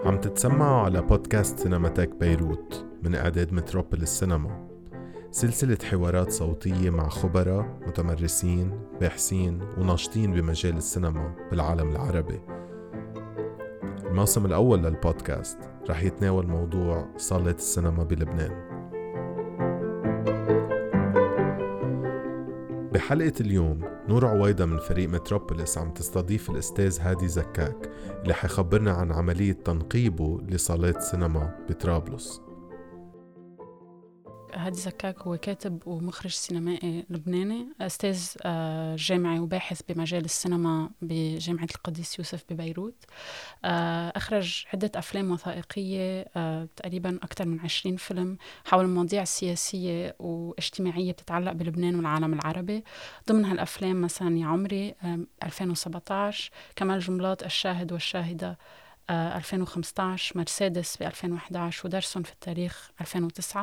عم تتسمعوا على بودكاست سينماتيك بيروت من إعداد متروبوليس سينما، سلسلة حوارات صوتية مع خبراء، متمرسين، باحثين وناشطين بمجال السينما بالعالم العربي. الموسم الأول للبودكاست رح يتناول موضوع صالات السينما بلبنان. بحلقة اليوم نور عويدة من فريق متروبوليس عم تستضيف الأستاذ هادي زكاك اللي حيخبرنا عن عملية تنقيبه لصالات سينما بطرابلس. هادي زكاك هو كاتب ومخرج سينمائي لبناني، أستاذ جامعي وباحث بمجال السينما بجامعة القديس يوسف ببيروت. أخرج عدة أفلام وثائقية، تقريبا أكثر من 20 فيلم حول المواضيع السياسية واجتماعية بتتعلق بلبنان والعالم العربي. ضمن هالأفلام مثلا يا عمري 2017، كمال جملات الشاهد والشاهدة 2015، مرسيدس ب 2011، ودرس في التاريخ 2009.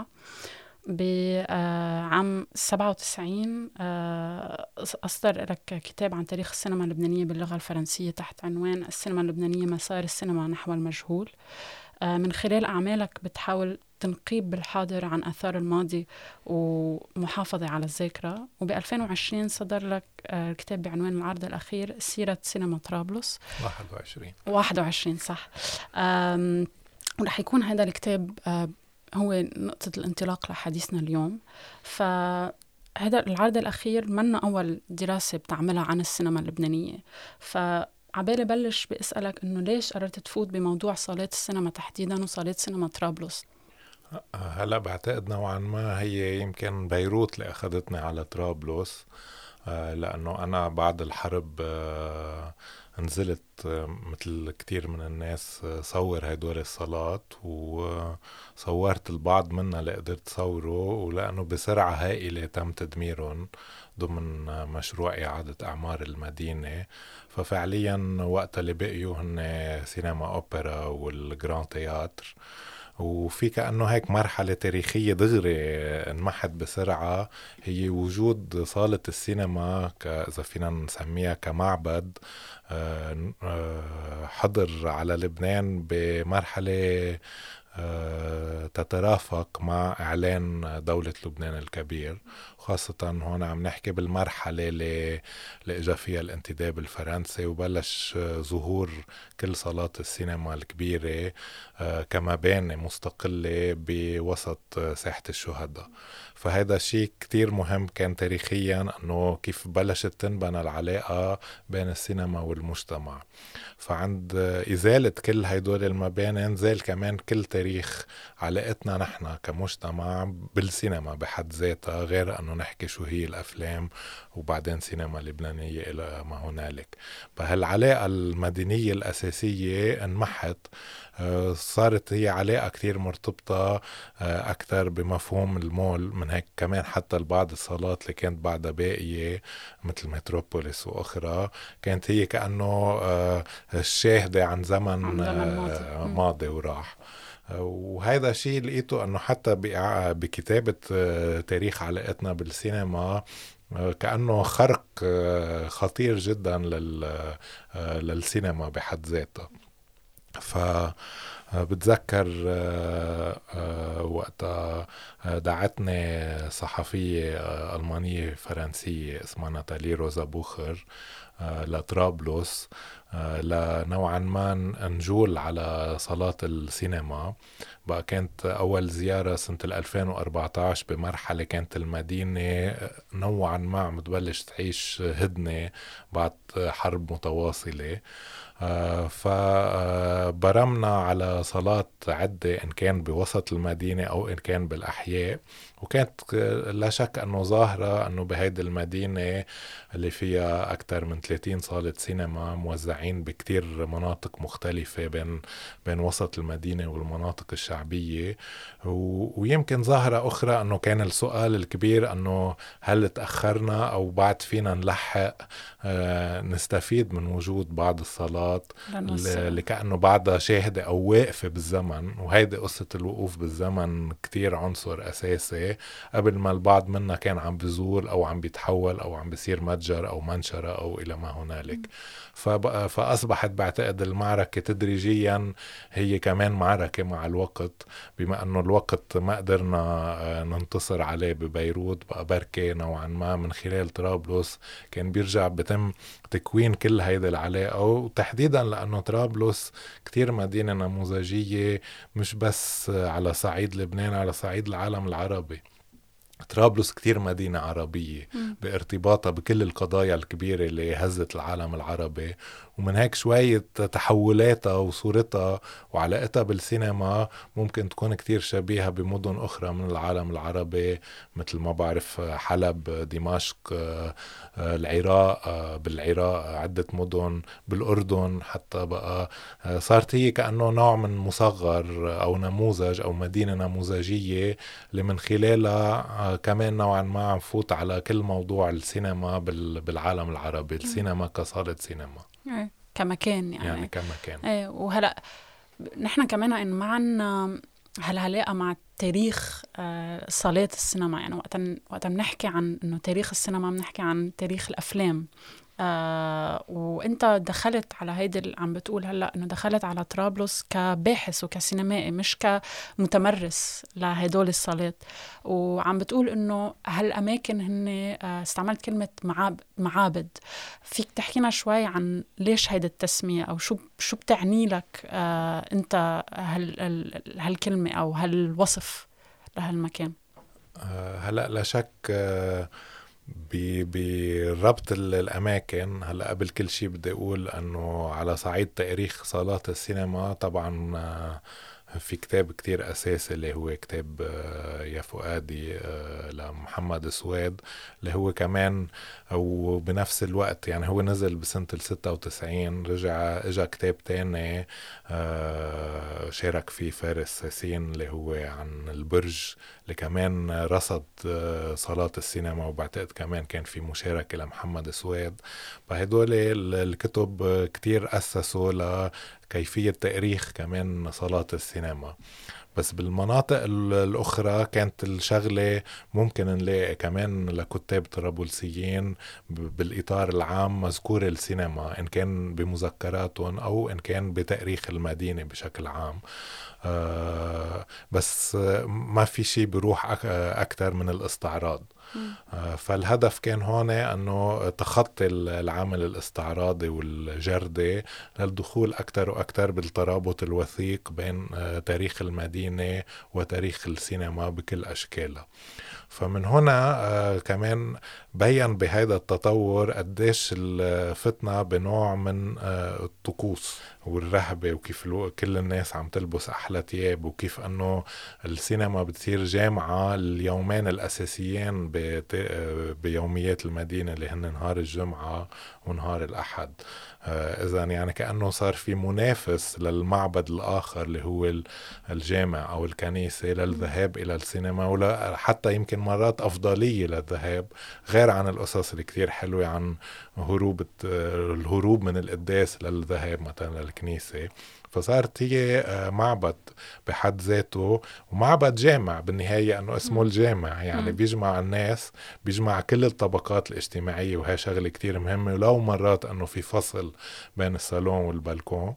بعام 97 أصدر لك كتاب عن تاريخ السينما اللبنانية باللغة الفرنسية تحت عنوان السينما اللبنانية مسار السينما نحو المجهول. من خلال أعمالك بتحاول تنقيب بالحاضر عن آثار الماضي ومحافظة على الذاكرة. وب2020 صدر لك كتاب بعنوان العرض الأخير سيرة سينما طرابلس. 21 صح. ورح يكون هذا الكتاب هو نقطة الانطلاق لحديثنا اليوم. فهذا العرض الأخير منا أول دراسة بتعملها عن السينما اللبنانية، فعبالي بلش بأسألك إنه ليش قررت تفوت بموضوع صالات السينما تحديداً وصالات سينما طرابلس؟ هلا بعتقد نوعا ما هي يمكن بيروت اللي أخذتني على طرابلس، لأنه أنا بعد الحرب نزلت مثل كتير من الناس صور هدول الصالات، وصورت البعض منها اللي قدرت صوره، ولأنه بسرعة هائلة تم تدميرهم ضمن مشروع إعادة أعمار المدينة. ففعليا وقت اللي بقيوا هن سينما أوبرا والجران تياتر، وفي كأنه هيك مرحلة تاريخية دغري انمحت بسرعة، هي وجود صالة السينما إذا فينا نسميها كمعبد حضر على لبنان بمرحلة تترافق مع إعلان دولة لبنان الكبير، خاصة هون عم نحكي بالمرحلة اللي اجى فيها الانتداب الفرنسي وبلش ظهور كل صالات السينما الكبيرة كمباني مستقلة بوسط ساحة الشهداء. فهذا شيء كتير مهم كان تاريخيا، أنه كيف بلشت تنبنى العلاقة بين السينما والمجتمع. فعند إزالة كل هيدول المباني نزال كمان كل تاريخ علاقتنا نحن كمجتمع بالسينما بحد ذاتها، غير أنه نحكي شو هي الأفلام وبعدين سينما لبنانية إلى ما هنالك. فهالعلاقة المدنية الأساسية انمحت، صارت هي علاقة كتير مرتبطة أكثر بمفهوم المول. من هيك كمان حتى البعض الصالات اللي كانت بعدها باقية مثل متروبوليس وأخرى كانت هي كأنه الشاهدة عن زمن ماضي وراح. وهذا شيء لقيته أنه حتى بكتابة تاريخ علاقتنا بالسينما كأنه خرق خطير جدا للسينما بحد ذاتها. بتذكر وقتها دعتني صحفية ألمانية فرنسية اسمها ناتالي روزا بوخر لطرابلس لنوعا ما نجول على صالات السينما. بقى كانت أول زيارة سنة 2014 بمرحلة كانت المدينة نوعا ما عم تبلش تعيش هدنة بعد حرب متواصلة. فبرمنا على صالات عدة إن كان بوسط المدينة أو إن كان بالأحياء، وكانت لا شك أنه ظاهرة أنه بهيدي المدينة اللي فيها أكثر من 30 صالة سينما موزعين بكتير مناطق مختلفة بين وسط المدينة والمناطق الشعبية. ويمكن ظاهرة أخرى أنه كان السؤال الكبير أنه هل تأخرنا أو بعد فينا نلحق نستفيد من وجود بعض الصالات اللي كأنه بعدها شاهدة أو واقفة بالزمن. وهيدي قصة الوقوف بالزمن كتير عنصر أساسي العربي قبل ما البعض منا كان عم بزور أو عم بيتحول أو عم بيصير متجر أو منشرة أو إلى ما هنالك. فأصبحت بعتقد المعركة تدريجيا هي كمان معركة مع الوقت، بما أنه الوقت ما قدرنا ننتصر عليه ببيروت، بقى بركة نوعا ما من خلال طرابلس كان بيرجع بتم تكوين كل هيدا العلاقة، وتحديدا لأنه طرابلس كتير مدينة نموذجية مش بس على صعيد لبنان، على صعيد العالم العربي. طرابلس كتير مدينة عربية بارتباطها بكل القضايا الكبيرة اللي هزت العالم العربي، ومن هيك شوية تحولاتها وصورتها وعلاقتها بالسينما ممكن تكون كتير شبيهة بمدن أخرى من العالم العربي، مثل ما بعرف حلب، دمشق، العراق، بالعراق عدة مدن، بالأردن حتى بقى صارت هي كأنه نوع من مصغر أو نموذج أو مدينة نموذجية اللي من خلالها كمان نوعا ما عم فوت على كل موضوع السينما بالعالم العربي، السينما كصالة سينما كمكان يعني كمكان. ايه، وهلأ نحن كمان إن معنا هالعلاقة مع تاريخ صالات السينما. يعني وقتا بنحكي عن إنه تاريخ السينما بنحكي عن تاريخ الأفلام. وانت دخلت على هيدي عم بتقول هلأ انه دخلت على طرابلس كباحث وكسينمائي مش كمتمرس لهدول الصالات، وعم بتقول انه هالاماكن هن استعملت كلمة معابد. فيك تحكينا شوي عن ليش هيدي التسمية او شو بتعني لك انت هالكلمة او هالوصف لهالمكان؟ هلأ لا شك بربط الأماكن. هلأ قبل كل شيء بدي أقول أنه على صعيد تاريخ صالات السينما طبعا في كتاب كتير أساسي اللي هو كتاب يا فؤادي لمحمد سواد، اللي هو كمان أو بنفس الوقت يعني هو نزل بسنة 96، اجا كتاب تاني شارك فيه فارس ساسين اللي هو عن البرج، اللي كمان رصد صالات السينما، وبعتقد كمان كان في مشاركة لمحمد سواد. فهدول الكتب كتير أسسوا لكيفية تاريخ كمان صالات السينما. بس بالمناطق الأخرى كانت الشغلة ممكن نلاقي كمان لكتاب طرابلسيين بالإطار العام مذكور السينما، إن كان بمذكراتهم أو إن كان بتاريخ المدينة بشكل عام. بس ما في شيء بروح أكتر من الاستعراض. فالهدف كان هون أنه تخطي العامل الاستعراضي والجردي للدخول أكتر وأكتر بالترابط الوثيق بين تاريخ المدينة وتاريخ السينما بكل أشكالها. فمن هنا كمان بيّن بهذا التطور قديش الفتنة بنوع من الطقوس والرهبة، وكيف كل الناس عم تلبس أحلى تياب، وكيف أنه السينما بتصير جامعة اليومين الأساسيين بيوميات المدينة اللي هن نهار الجمعة ونهار الأحد. إذا يعني كأنه صار في منافس للمعبد الآخر اللي هو الجامع أو الكنيسة للذهاب إلى السينما، ولا حتى يمكن مرات أفضلية للذهاب، غير عن القصص اللي كتير حلوة عن الهروب من القداس للذهاب مثلا للكنيسة. فصارت هي معبد بحد ذاته، ومعبد جامع بالنهاية أنه اسمه الجامع، يعني بيجمع الناس، بيجمع كل الطبقات الاجتماعية، وهي شغلة كتير مهمة. ولو مرات أنه في فصل بين الصالون والبلكون.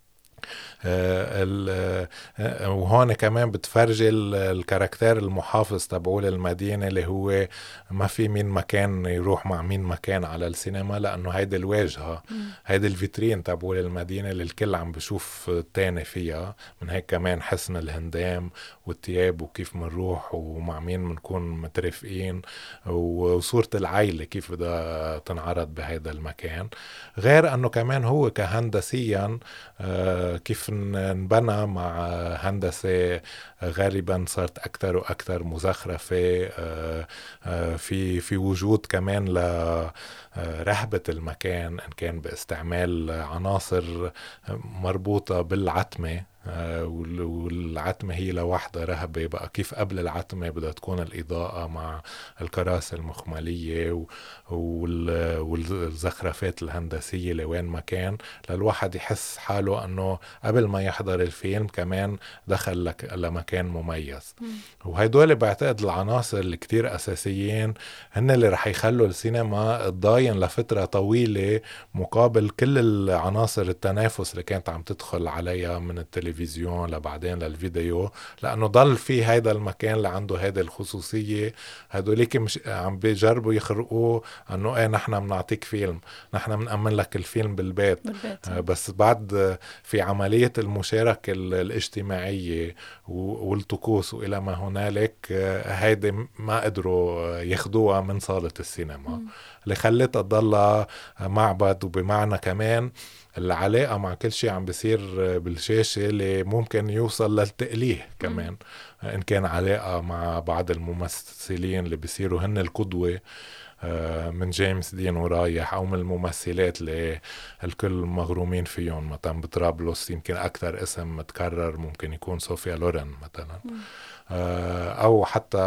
وهون كمان بتفرجي الكاركتير المحافظ تبعول المدينة، اللي هو ما في مين مكان يروح مع مين مكان على السينما، لأنه هيدي الواجهة، هيدي الفيترين تبعول المدينة اللي الكل عم بشوف التاني فيها. من هيك كمان حسن الهندام والتياب وكيف منروح ومع مين منكون مترفقين، وصورة العائلة كيف بدها تنعرض بهيدا المكان. غير أنه كمان هو كهندسيا كيف نبنى مع هندسة غالبا صارت أكتر وأكتر مزخرفة، في وجود كمان لرهبة المكان، إن كان باستعمال عناصر مربوطة بالعتمة والعتمة هي لوحدها رهبة. بقى كيف قبل العتمة بدها تكون الإضاءة مع الكراسي المخملية والزخرفات الهندسية لوين ما كان، للواحد يحس حاله أنه قبل ما يحضر الفيلم كمان دخل لمكان مميز. وهيدول بعتقد العناصر اللي كتير أساسيين هن اللي رح يخلوا السينما تضاين لفترة طويلة مقابل كل العناصر التنافس اللي كانت عم تدخل عليها من التلفزيون لبعدين للفيديو، لأنه ضل في هيدا المكان اللي عنده هيدا الخصوصية. هدوليك مش عم بيجربوا يخرقوه أنه ايه نحن بنعطيك فيلم، نحن بنأمن لك الفيلم بالبيت. بس بعد في عملية المشاركة الاجتماعية والطقوس وإلى ما هنالك، هيدا ما قدروا ياخدوها من صالة السينما اللي خلتها تضل معبد. وبمعنى كمان العلاقة مع كل شيء عم بيصير بالشاشة اللي ممكن يوصل للتأليه كمان، إن كان علاقة مع بعض الممثلين اللي بيصيروا هن القدوة من جيمس دين ورايح، أو من الممثلات اللي الكل مغرومين فيهم. مثلا بطرابلس يمكن أكثر اسم متكرر ممكن يكون صوفيا لورين مثلا، أو حتى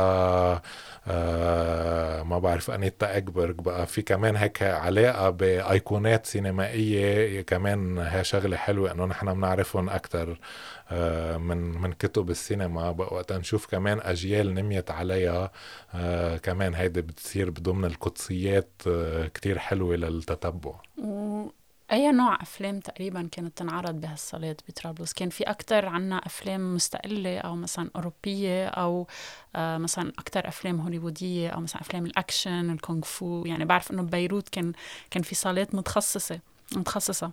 ما بعرف أنيتا إكبرغ. بقى في كمان هيك علاقة بأيقونات سينمائية كمان، هي شغلة حلوة أنه نحن بنعرفهم أكتر من كتب السينما. بقى وقت نشوف كمان أجيال نميت عليها، كمان هيدا بتصير بضمن القدسيات كتير حلوة للتتبع. أي نوع أفلام تقريبا كانت تنعرض بهالصالات بطرابلس؟ كان في أكتر عنا أفلام مستقلة أو مثلا أوروبية، أو مثلا أكتر أفلام هوليوودية، أو مثلا أفلام الأكشن الكونغ فو؟ يعني بعرف أنه ببيروت كان في صالات متخصصة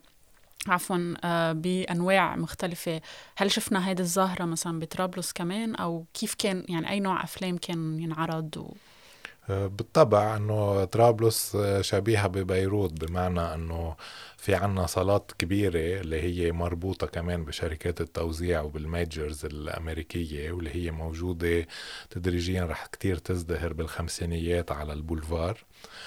بأنواع مختلفة. هل شفنا هيدا الظاهرة مثلا بطرابلس كمان، أو كيف كان يعني أي نوع أفلام كان ينعرض؟ بالطبع أنه طرابلس شبيهة ببيروت، بمعنى أنه في عنا صالات كبيرة اللي هي مربوطة كمان بشركات التوزيع وبالميجرز الأمريكية، واللي هي موجودة تدريجيا رح كتير تزدهر بالخمسينيات على البولفار.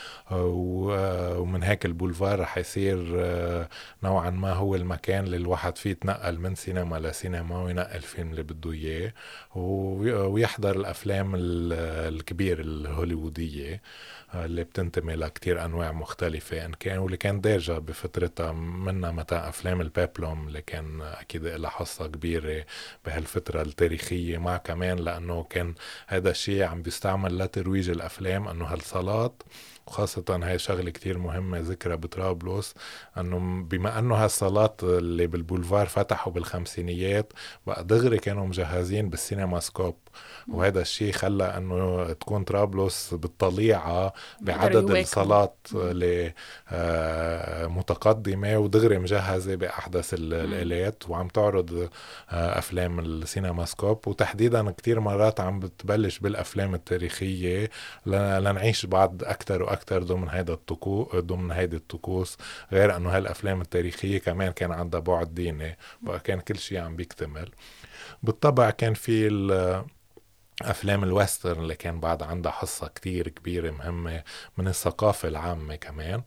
ومن هيك البولفار رح يصير نوعا ما هو المكان اللي الواحد فيه يتنقل من سينما لسينما وينقل الفيلم اللي بده إياه ويحضر الأفلام الكبيرة الهوليوودية اللي بتنتمي لكتير أنواع مختلفة، إن كان واللي كان دارجة بفترتها منها مثلا أفلام البابلوم اللي كان أكيد لها حصة كبيرة بهالفترة التاريخية، مع كمان لأنه كان هذا الشيء عم بيستعمل لترويج الأفلام، أنه هالصالات وخاصة هاي شغلة كتير مهمة ذكرى بطرابلس، أنه بما أنه هالصالات اللي بالبولفار فتحوا بالخمسينيات بقى دغري كانوا مجهزين بالسينما سكوب، وهذا الشيء خلى أنه تكون طرابلس بالطليعة بعدد الصالات اللي متقدمة ودغري مجهزة بأحدث الآلات وعم تعرض أفلام السينما سكوب، وتحديدا كتير مرات عم بتبلش بالأفلام التاريخية لنعيش بعد أكتر وأكتر ضمن هيدا الطقوس، غير أنه هالأفلام التاريخية كمان كان عندها بعد ديني، بقى كان كل شيء عم بيكتمل. بالطبع كان في أفلام الويسترن اللي كان بعد عندها حصة كتير كبيرة مهمة من الثقافة العامة كمان،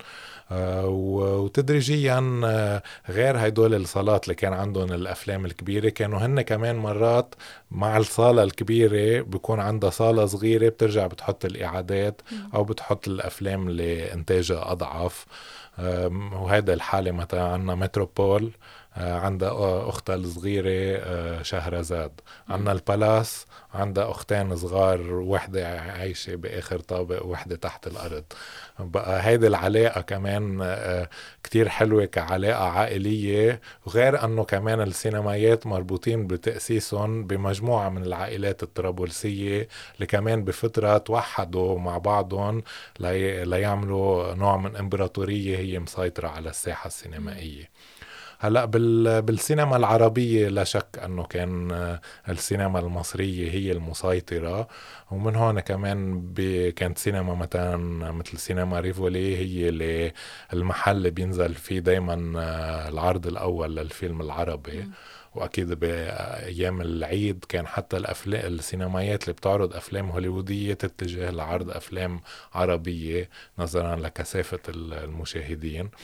وتدريجيا غير هيدول الصالات اللي كان عندهم الأفلام الكبيرة كانوا هن كمان مرات مع الصالة الكبيرة بيكون عندها صالة صغيرة بترجع بتحط الإعادات أو بتحط الأفلام اللي إنتاجها أضعف. وهذا الحالة مثلا عنا متروبول عندها أختها الصغيرة شهرزاد، عنا البالاس عندها أختين صغار، واحدة عايشة بآخر طابق وواحدة تحت الأرض. بقى هيدي العلاقة كمان كتير حلوة كعلاقة عائلية، وغير أنه كمان السينمايات مربوطين بتأسيسهم بمجموعة من العائلات الطرابلسية اللي كمان بفترة توحدوا مع بعضهم ليعملوا نوع من إمبراطورية هي مسيطرة على الساحة السينمائية. هلأ بالسينما العربية لا شك أنه كان السينما المصرية هي المسيطرة، ومن هون كمان كانت سينما مثلا مثل سينما ريفولي هي اللي المحل اللي بينزل فيه دايما العرض الأول للفيلم العربي. وأكيد بأيام العيد كان حتى السينمايات اللي بتعرض أفلام هوليوودية تتجه لعرض أفلام عربية نظرا لكثافة المشاهدين.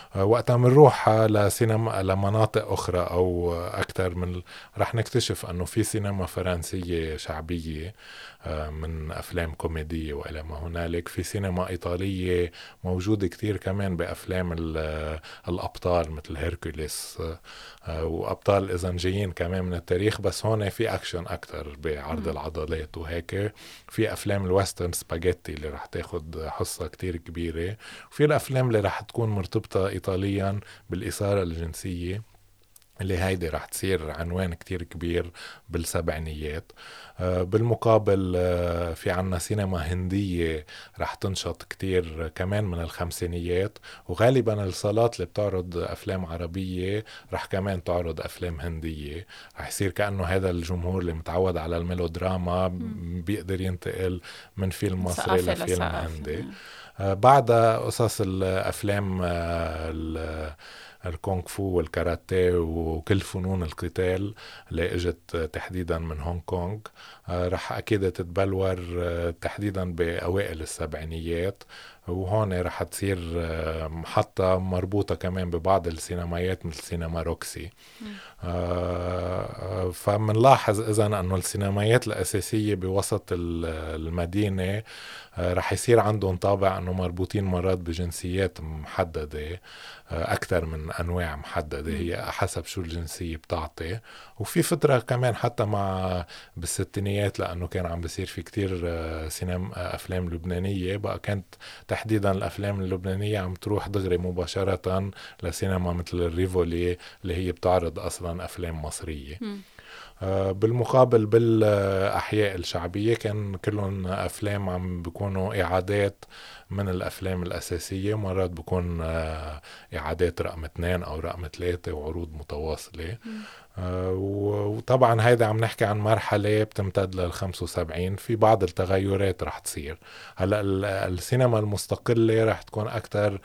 وقتها منروح لسينما لمناطق أخرى أو أكثر من رح نكتشف أنه في سينما فرنسية شعبية من أفلام كوميدية وإلى ما هنالك، في سينما إيطالية موجودة كتير كمان بأفلام الأبطال مثل هيركوليس، وأبطال إذن جايين كمان من التاريخ، بس هون في أكشن أكتر بعرض العضلات وهيك. في أفلام الويسترن سباجيتي اللي رح تاخد حصة كتير كبيرة، وفي الأفلام اللي رح تكون مرتبطة إيطاليا بالإثارة الجنسية اللي هيدي رح تصير عنوان كتير كبير بالسبعينيات. بالمقابل في عنا سينما هندية رح تنشط كتير كمان من الخمسينيات، وغالبا الصالات اللي بتعرض أفلام عربية رح كمان تعرض أفلام هندية. رح يصير كأنه هذا الجمهور اللي متعود على الميلودراما بيقدر ينتقل من فيلم مصري لفيلم هندي. بعد قصص الأفلام الكونغ فو والكاراتيه وكل فنون القتال اللي اجت تحديدا من هونغ كونغ، رح اكيد تتبلور تحديدا باوائل السبعينيات، وهون رح تصير محطة مربوطة كمان ببعض السينمايات مثل سينما روكسي. فمنلاحظ إذن أنه السينمايات الأساسية بوسط المدينة رح يصير عندهم طابع أنه مربوطين مرات بجنسيات محددة أكثر من أنواع محددة، هي حسب شو الجنسية بتعطي. وفي فترة كمان حتى مع بالستينيات، لأنه كان عم بيصير في كتير أفلام لبنانية، بقى كانت تحديدا الأفلام اللبنانية عم تروح دغري مباشرة لسينما مثل الريفولي اللي هي بتعرض أصلا أفلام مصرية. بالمقابل بالأحياء الشعبية كان كلهم أفلام عم بيكونوا إعادات من الأفلام الأساسية، مرات بيكون إعادات رقم 2 أو رقم 3 وعروض متواصلة. وطبعا هيدا عم نحكي عن مرحلة بتمتد لل75. في بعض التغيرات رح تصير هلأ. السينما المستقلة رح تكون أكتر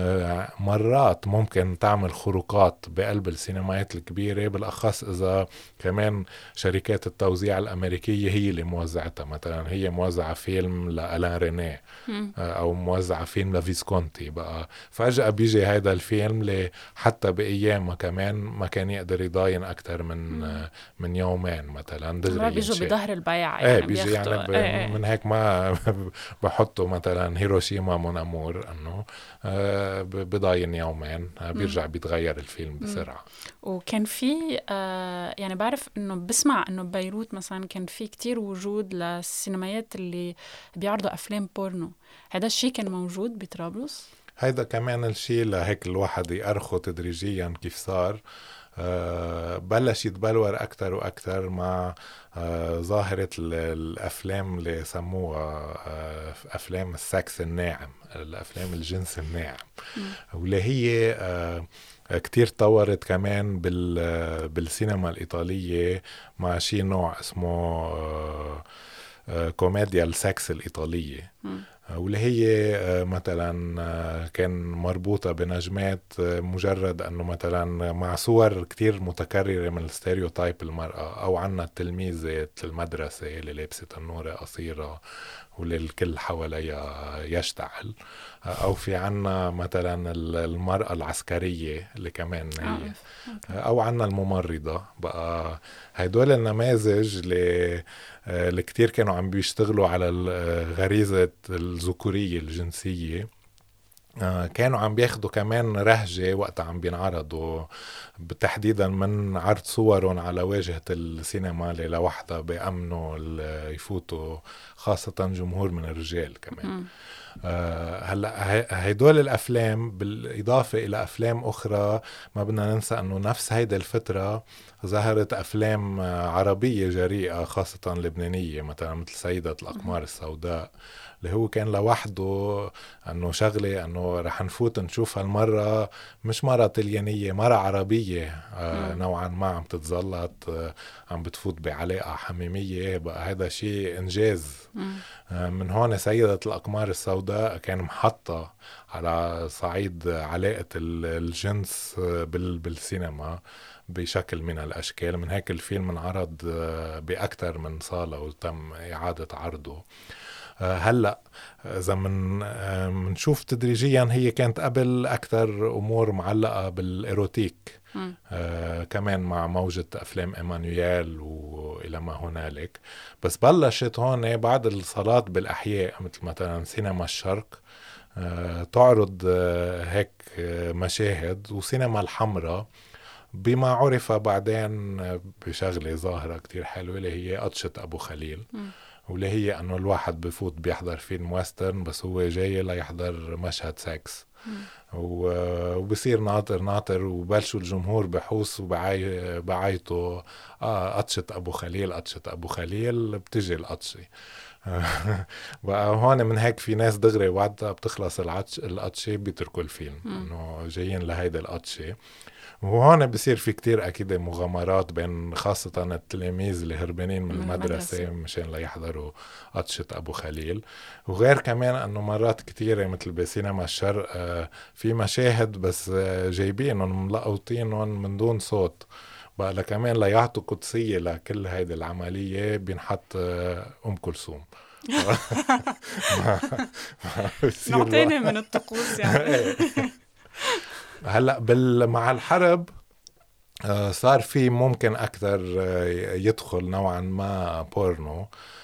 مرات ممكن تعمل خروقات بقلب السينمايات الكبيرة، بالأخص إذا كمان شركات التوزيع الأمريكية هي اللي موزعتها. مثلا هي موزعة فيلم لألان رينيه أو موزعة فيلم لفيسكونتي، بقى فجأة بيجي هيدا الفيلم اللي حتى بأيام كمان ما كان يقدر يضاين أكتر من يومين مثلا دغري بيجوا بظهر البيع يعني بيجي يعني من هيك ما بحطوا مثلا هيروشيما مون أمور أنه بضاين يومين بيرجع بيتغير الفيلم بسرعة. وكان في يعني بعرف انه بسمع انه ببيروت مثلا كان في كتير وجود للسينمايات اللي بيعرضوا افلام بورنو. هذا الشيء كان موجود بطرابلس؟ هيدا كمان الشيء لهيك الواحد يأرخه تدريجيا كيف صار. بلش يتبلور أكتر وأكتر مع ظاهرة الأفلام اللي سموها أفلام السكس الناعم، الأفلام الجنس الناعم، واللي هي كتير طورت كمان بالسينما الإيطالية مع شيء نوع اسمه كوميديا السكس الإيطالية، واللي هي مثلا كان مربوطة بنجمات مجرد أنه مثلا مع صور كتير متكررة من الستيريوتايب المرأة، أو عنا التلميذة المدرسة اللي لابسة النورة قصيرة واللي الكل حواليها يشتعل، أو في عنا مثلا المرأة العسكرية اللي كمان هي، أو عنا الممرضة. بقى هيدول النماذج اللي كتير كانوا عم بيشتغلوا على غريزة الذكورية الجنسية، كانوا عم بياخدوا كمان رهجة وقت عم بينعرضوا، تحديدا من عرض صورهم على واجهة السينما اللي لوحدها بيأمنوا يفوتوا خاصة جمهور من الرجال كمان. هلا هيدول الأفلام بالإضافة إلى أفلام أخرى، ما بدنا ننسى أنه نفس هيدا الفترة ظهرت أفلام عربية جريئة خاصة لبنانية، مثلا مثل سيدة الأقمار السوداء، اللي هو كان لوحده أنه شغلة أنه رح نفوت نشوف هالمرة مش مرة طليانية، مرة عربية نوعا ما عم تتزلط، عم بتفوت بعلاقة حميمية. بقى هذا شيء إنجاز. من هون سيدة الأقمار السوداء كان محطة على صعيد علاقة الجنس بالسينما بشكل من الأشكال. من هيك الفيلم انعرض بأكثر من صالة وتم إعادة عرضه. هلأ إذا منشوف تدريجيا هي كانت قبل أكثر أمور معلقة بالإيروتيك، كمان مع موجة أفلام إيمانويل وإلى ما هنالك. بس بلشت هون بعد الصلاة بالأحياء، مثل مثلا سينما الشرق تعرض هيك مشاهد، وسينما الحمراء بما عرف بعدين بشغلة ظاهرة كتير حلوة اللي هي قطشة أبو خليل، واللي هي أنه الواحد بفوت بيحضر فيلم ويسترن بس هو جاي ليحضر مشهد سكس، وبصير ناطر وبلشوا الجمهور بحوس وبعيطوا قطشة أبو خليل قطشة أبو خليل، بتجي القطشة. بقى هون من هيك في ناس دغري وقتها بتخلص القطشة بيتركوا الفيلم إنه جايين لهيدا القطشة. وهون بصير في كتير أكيد مغامرات بين خاصة التلاميذ اللي هربانين من المدرسة مشان ليحضروا قطشة أبو خليل. وغير كمان أنه مرات كتيرة مثل بسينما الشرق في مشاهد بس جايبينهم ملقوطينهم من دون صوت، بقى كمان ليعطوا قدسية لكل هيدي العملية بينحط أم كلثوم. نعطيني من الطقوس يعني. هلأ مع الحرب صار في ممكن أكثر يدخل نوعا ما بورنو.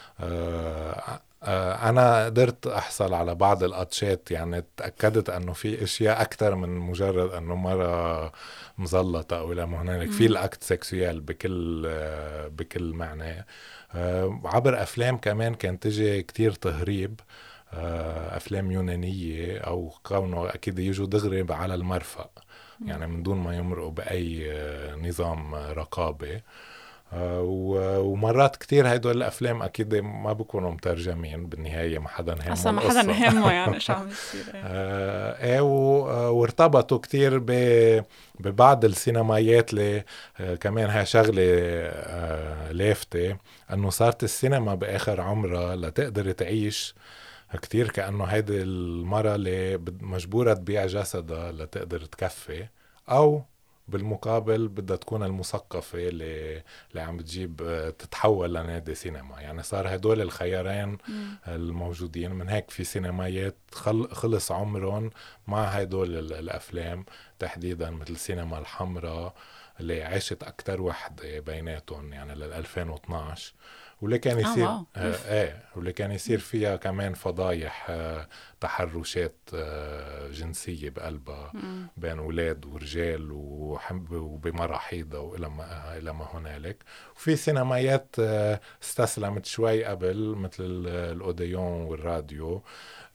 أنا قدرت أحصل على بعض القطشات، يعني تأكدت أنه في أشياء أكثر من مجرد أنه مرة مزلطة أو إلى ما هنالك، في الأكت سكسويال بكل معنى. عبر أفلام كمان كانت تجي كتير تهريب، أفلام يونانية أو كونه أكيد يجوا دغري على المرفأ، يعني من دون ما يمرقوا بأي نظام رقابة. ومرات كتير هيدول الأفلام أكيد ما بيكونوا مترجمين بالنهاية، ما حدا همه أصلا ما حدا همه يعني شو عم يصير. وارتبطوا كتير ببعض السينمايات اللي كمان هاي شغلة لافتة، أنه صارت السينما بآخر عمرها لتقدر تعيش كتير كأنه هيدي المرة اللي مجبورة تبيع جسدها لتقدر تكفي، أو بالمقابل بدها تكون المثقفة اللي عم بتجيب تتحول لنادي سينما. يعني صار هدول الخيارين الموجودين. من هيك في سينمايات خلص عمرهم مع هدول الأفلام تحديدا، مثل سينما الحمراء اللي عاشت أكتر وحدة بيناتهم يعني 2012، واللي كان يصير واللي كان يصير فيها كمان فضايح تحرشات جنسية بقلبها بين أولاد ورجال وبمراحيضة وإلى ما هنالك. وفي سينمايات استسلمت شوي قبل مثل الأوديون والراديو.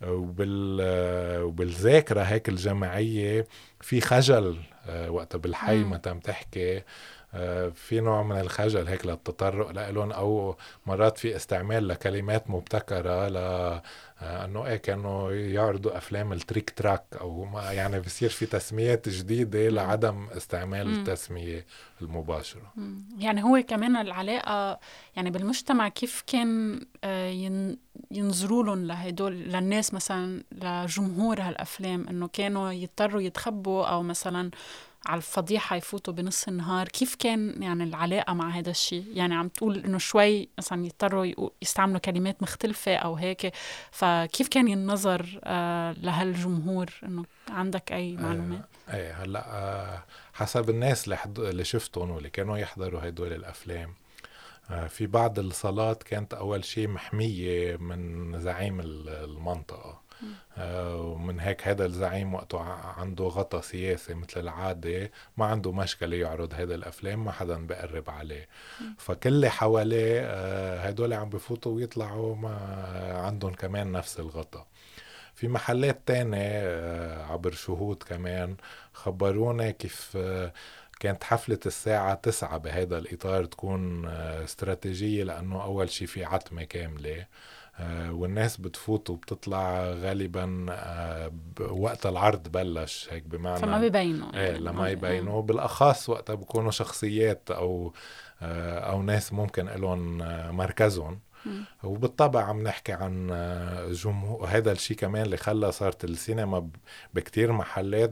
وبالذاكرة هيك الجماعية في خجل وقت بالحي متى تحكي، في نوع من الخجل هيك للتطرق لألون، أو مرات في استعمال لكلمات مبتكرة أنه كانوا يعرضوا أفلام التريك تراك أو ما، يعني بصير في تسميات جديدة لعدم استعمال التسمية المباشرة. يعني هو كمان العلاقة يعني بالمجتمع كيف كان ينظروا لهم لهدول للناس، مثلا لجمهور هالأفلام، أنه كانوا يضطروا يتخبوا أو مثلا على الفضيحة يفوتوا بنص النهار. كيف كان يعني العلاقة مع هذا الشيء؟ يعني عم تقول إنه شوي مثلا يضطروا يستعملوا كلمات مختلفة أو هيك، فكيف كان النظر لهالجمهور؟ إنه عندك أي معلومات؟ هلأ حسب الناس اللي شفتهم واللي كانوا يحضروا هدول الأفلام، في بعض الصالات كانت أول شيء محمية من زعيم المنطقة، ومن هيك هذا الزعيم وقته عنده غطى سياسي مثل العادة ما عنده مشكلة يعرض هذا الأفلام، ما حدا بقرب عليه. فكل اللي حواليه هدول عم بفوتوا ويطلعوا ما عندهم كمان نفس الغطى. في محلات تانية عبر شهود كمان خبرونا كيف كانت حفلة الساعة 9 بهذا الإطار تكون استراتيجية، لأنه أول شي في عتمة كاملة والناس بتفوت وبتطلع غالبا وقت العرض بلش هيك، بمعنى فما بيبينوا لما يبينوا بالأخص وقتها بيكونوا شخصيات أو ناس ممكن لهم مركزهم. وبالطبع عم نحكي عن جمهور، هذا الشيء كمان اللي خلى صارت السينما بكتير محلات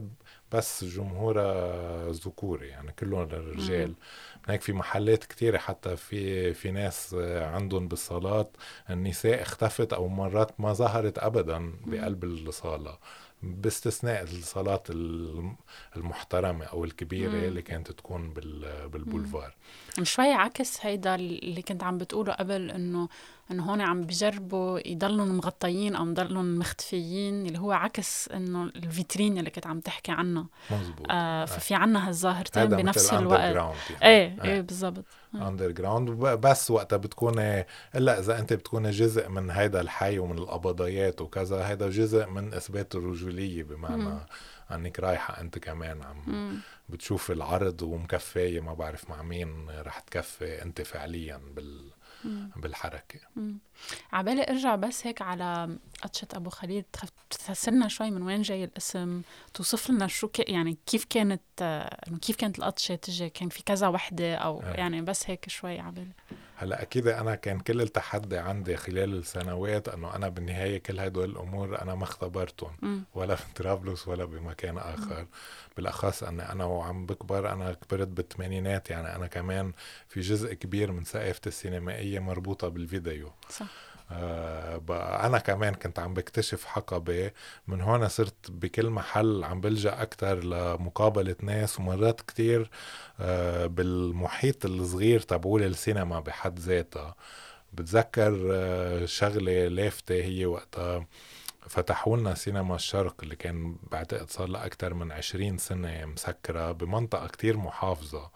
بس جمهورها ذكوري يعني كلهم الرجال. هيك في محلات كتيرة حتى في ناس عندهم بالصالات النساء اختفت أو مرات ما ظهرت أبدا بقلب الصالة، باستثناء الصالات المحترمة أو الكبيرة اللي كانت تكون بالبولفار. شوي عكس هيدا اللي كنت عم بتقوله قبل إنه هون عم بيجربوا يضلون مغطيين أو يضلون مختفيين، اللي هو عكس إنه الفيترين اللي كنت عم تحكي عنه. مزبوط. ففي عنا هالظاهرتين بنفس الوقت. يعني. ايه بالضبط. اندرجراوند بس وقتها بتكون الا اذا انت بتكون جزء من هيدا الحي ومن القبضيات وكذا، هيدا جزء من اثبات الرجوليه، بمعنى انك رايحه انت كمان عم بتشوف العرض ومكفايه، ما بعرف مع مين رح تكفي انت فعليا بالحركه. عبالي ارجع بس هيك على قطشة ابو خليل، تفسرنا شوي من وين جاي الاسم، توصف لنا شو يعني كيف كانت القطشة تجي، كان في كذا وحده او يعني بس هيك شوي عبالي. هلا اكيد انا كان كل التحدي عندي خلال السنوات انه انا بالنهايه كل هدول الامور انا ما اختبرتهم ولا في طرابلس ولا بمكان اخر. بالاخص انا وعم بكبر، انا كبرت بالثمانينات، يعني انا كمان في جزء كبير من ثقافتي السينمائيه مربوطه بالفيديو. صح. أنا كمان كنت عم بكتشف حقبة، من هون صرت بكل محل عم بلجأ أكتر لمقابلة ناس، ومرات كتير بالمحيط الصغير تبعول السينما بحد ذاتها. بتذكر شغلة لافتة، هي وقتها فتحوا لنا سينما الشرق اللي كان بعتقد صار لها أكتر من 20 سنة مسكرة بمنطقة كتير محافظة.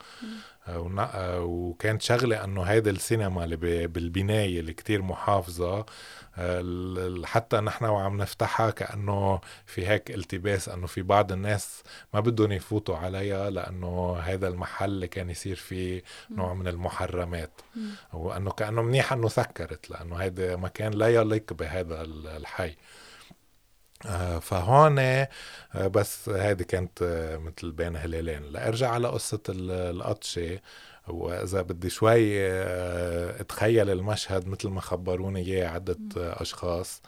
وكانت شغلة أنه هيدا السينما اللي بالبناية اللي كتير محافظة، حتى نحن وعم نفتحها كأنه في هيك التباس أنه في بعض الناس ما بدهم يفوتوا عليها، لأنه هيدا المحل اللي كان يصير فيه نوع من المحرمات، وأنه كأنه منيح أنه سكرت لأنه هيدا مكان لا يليق بهذا الحي. فهون بس هذه كانت مثل بين هلالين. لأرجع على قصة القطشة، وإذا بدي شوي اتخيل المشهد مثل ما خبروني إياه عدة أشخاص،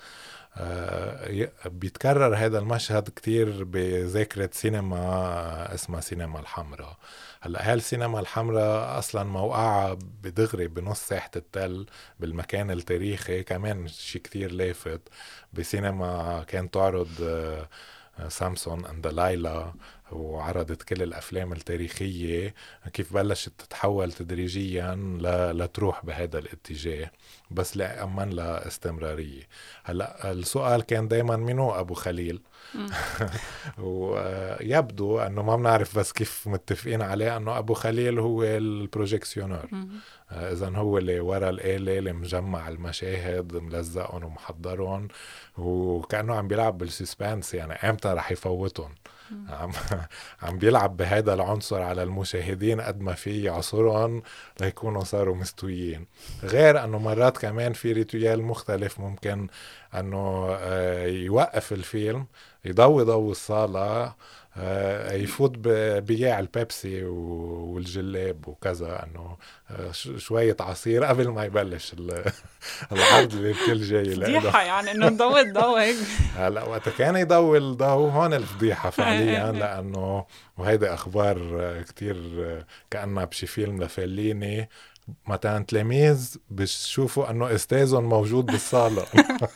بيتكرر هذا المشهد كتير بذاكرة سينما اسمها سينما الحمراء. هلأ هالسينما الحمراء أصلا موقعها بدغري بنص ساحة التل بالمكان التاريخي، كمان شي كتير لافت. بسينما كان تعرض سامسون اند دلايلا، وعرضت كل الأفلام التاريخية كيف بلشت تتحول تدريجيا لتروح بهذا الاتجاه، بس لأمن لاستمرارية. هلأ السؤال كان دايما منو أبو خليل؟ ويبدو أنه ما بنعرف بس كيف متفقين عليه أنه أبو خليل هو البروجيكسيونر، إذن هو اللي ورا الآلة اللي مجمع المشاهد ملزقهم ومحضرهم، وكأنه عم بيلعب بالسسبانس، يعني امتى رح يفوتهم. عم بيلعب بهذا العنصر على المشاهدين قد ما في عصرهم ليكونوا صاروا مستويين. غير أنه مرات كمان في ريتويال مختلف، ممكن أنه يوقف الفيلم يضوي الصالة، يفوت بياع البيبسي والجلاب وكذا، أنه شوية عصير قبل ما يبلش العرض اللي الكل جاي فضيحة يعني أنه نضوي الضوء هيك. هلا وقت كان يضوي الضوء هون الفضيحة فعليا، لأنه وهيدا أخبار كتير كأنها بشي فيلم لفليني، مثلا تلاميذ بشوفوا أنه أستاذهم موجود بالصالة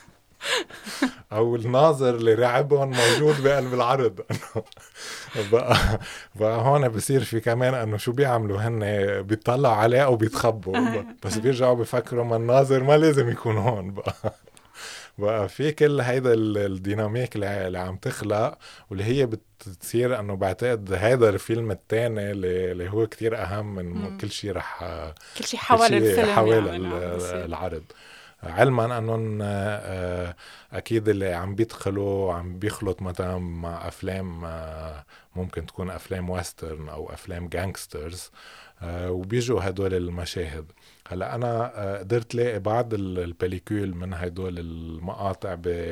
او الناظر اللي رعبهم موجود بقلب العرض. بقى هون بصير في كمان انه شو بيعملوا هن، بيطلعوا عليه او بيتخبوا، بس بيرجعوا بيفكروا ما الناظر ما لازم يكون هون. بقى في كل هيدا الديناميك اللي عم تخلق، واللي هي بتصير انه بعتقد هيدا الفيلم الثاني اللي هو كتير اهم من كل شيء كل شيء حول الفيلم حول العرض. علما أنهم أكيد اللي عم بيدخلوا عم بيخلط مثلا مع أفلام ممكن تكون أفلام ويسترن أو أفلام جانكسترز، وبيجوا هدول المشاهد. هلأ أنا قدرت لاقي بعض البليكول من هدول المقاطع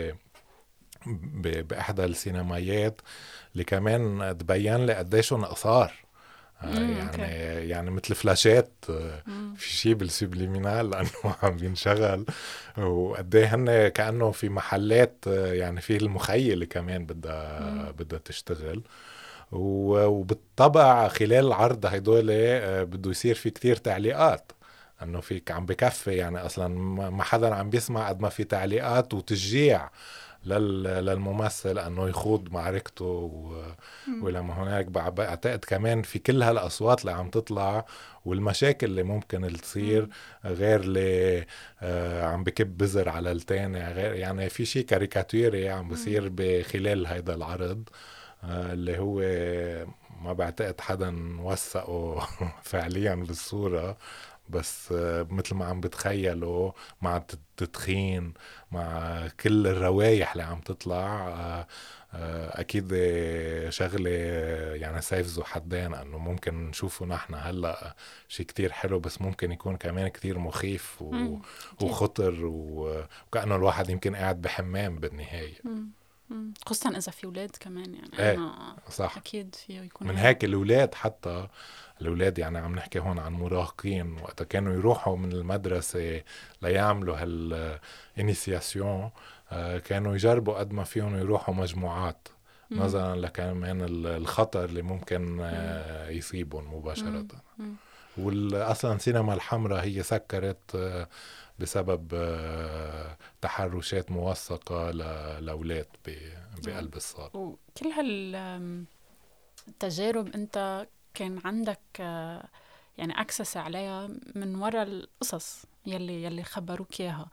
بإحدى السينمايات اللي كمان تبين لي قديشهم قصار، يعني مثل فلاشات، في شيء بالسوبليمينال لأنه عم بينشغل، وقديه هن كأنه في محلات، يعني في المخيلة كمان بدها تشتغل. وبالطبع خلال العرض هيدول بده يصير في كتير تعليقات، انه فيك عم بكفي يعني اصلا ما حدا عم بيسمع قد ما في تعليقات وتشجيع للممثل انه يخوض معركته ولما هناك بعتقد كمان في كل هالاصوات اللي عم تطلع والمشاكل اللي ممكن تصير، غير اللي عم بكب بزر على التاني، غير يعني في شيء كاريكاتيري عم بصير بخلال هيدا العرض اللي هو ما بعتقد حدا وثقه فعليا بالصورة، بس مثل ما عم بتخيلوا مع التدخين مع كل الروايح اللي عم تطلع اكيد شغله يعني سيف ذو حدين، انه ممكن نشوفه نحن هلا شيء كتير حلو بس ممكن يكون كمان كتير مخيف وخطر وكأنه الواحد يمكن قاعد بحمام بالنهاية، خصوصا اذا في اولاد كمان يعني ايه صح. اكيد فيه يكون من هيك الاولاد، حتى الاولاد يعني عم نحكي هون عن مراهقين وقت كانوا يروحوا من المدرسه ليعملوا هالانيسياسيون كانوا يجربوا قد ما فيهم يروحوا مجموعات نظرا لكمان الخطر اللي ممكن يصيبهم مباشره. واصلا سينما الحمراء هي سكرت بسبب تحرشات موثقة لأولاد بقلب الصالة. وكل هالتجارب أنت كان عندك يعني أكسس عليها من وراء القصص يلي خبروك إياها،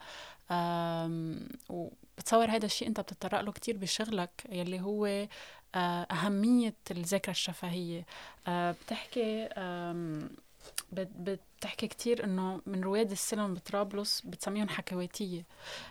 وبتصور هذا الشيء أنت بتتطرق له كتير بشغلك يلي هو أهمية الذاكرة الشفهية. بتحكي كتير إنه من رواد السينما بطرابلس بتسميهم حكواتية،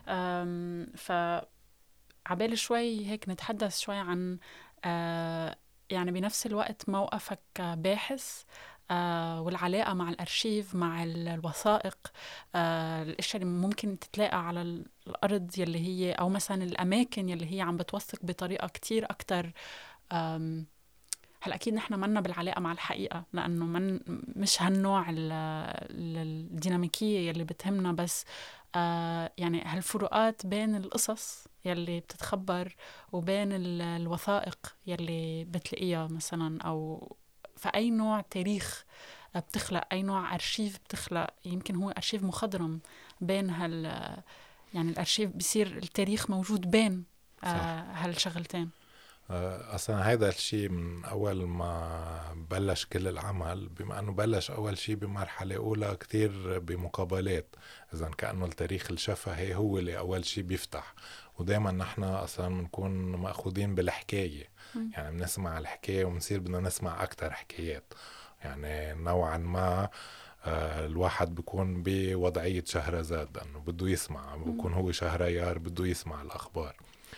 فعبالي شوي هيك نتحدث شوي عن يعني بنفس الوقت موقفك باحث والعلاقة مع الأرشيف مع الوثائق، الأشياء اللي ممكن تتلاقى على الأرض يلي هي أو مثلا الأماكن يلي هي عم بتوثق بطريقة كتير أكتر. هلا أكيد نحن منا بالعلاقة مع الحقيقة لأنه مش هالنوع الديناميكية يلي بتهمنا، بس يعني هالفروقات بين القصص يلي بتتخبر وبين الوثائق يلي بتلاقيها مثلا، أو فأي نوع تاريخ بتخلق، أي نوع أرشيف بتخلق، يمكن هو أرشيف مخضرم بين يعني الأرشيف بيصير التاريخ موجود بين هالشغلتين. أصلا هذا الشيء من أول ما بلش كل العمل، بما أنه بلش أول شيء بمرحلة أولى كتير بمقابلات، إذن كأنه التاريخ الشفهي هو اللي أول شيء بيفتح، ودايما نحن أصلا بنكون مأخوذين بالحكاية، يعني بنسمع الحكاية وبنصير بدنا نسمع أكتر حكايات، يعني نوعا ما الواحد بيكون بوضعية شهرزاد أنه بده يسمع، بيكون هو شهريار بده يسمع الأخبار.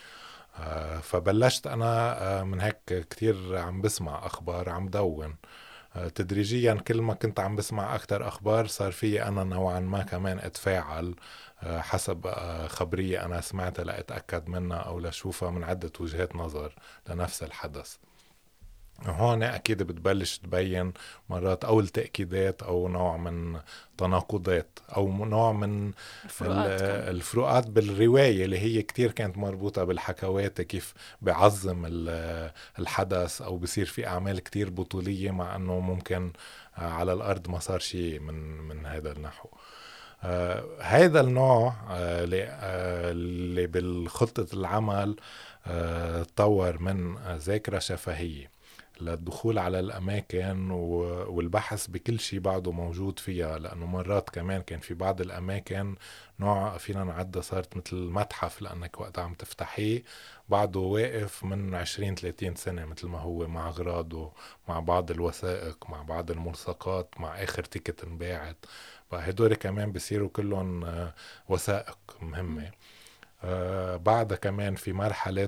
فبلشت أنا من هيك كتير عم بسمع أخبار، عم دون تدريجيا، كل ما كنت عم بسمع أكتر أخبار صار في أنا نوعا ما كمان أتفاعل حسب خبرية أنا سمعتها لأتأكد منها أو لشوفها من عدة وجهات نظر لنفس الحدث. هون أكيد بتبلش تبين مرات أو التأكيدات أو نوع من تناقضات أو نوع من الفروقات بالرواية اللي هي كتير كانت مربوطة بالحكوات، كيف بعظم الحدث أو بصير في أعمال كتير بطولية مع أنه ممكن على الأرض ما صار شيء من هذا النحو. هذا النوع اللي بالخطة العمل تطور من ذاكرة شفهية للدخول على الأماكن والبحث بكل شيء بعده موجود فيها، لأنه مرات كمان كان في بعض الأماكن نوع فينا نعدى صارت مثل المتحف، لأنك وقت عم تفتحيه بعده واقف من 20-30 سنة مثل ما هو، مع أغراضه، مع بعض الوثائق، مع بعض الملصقات، مع آخر تيكت انباعت، فهدول كمان بيصيروا كلهم وثائق مهمة. بعد كمان في مرحلة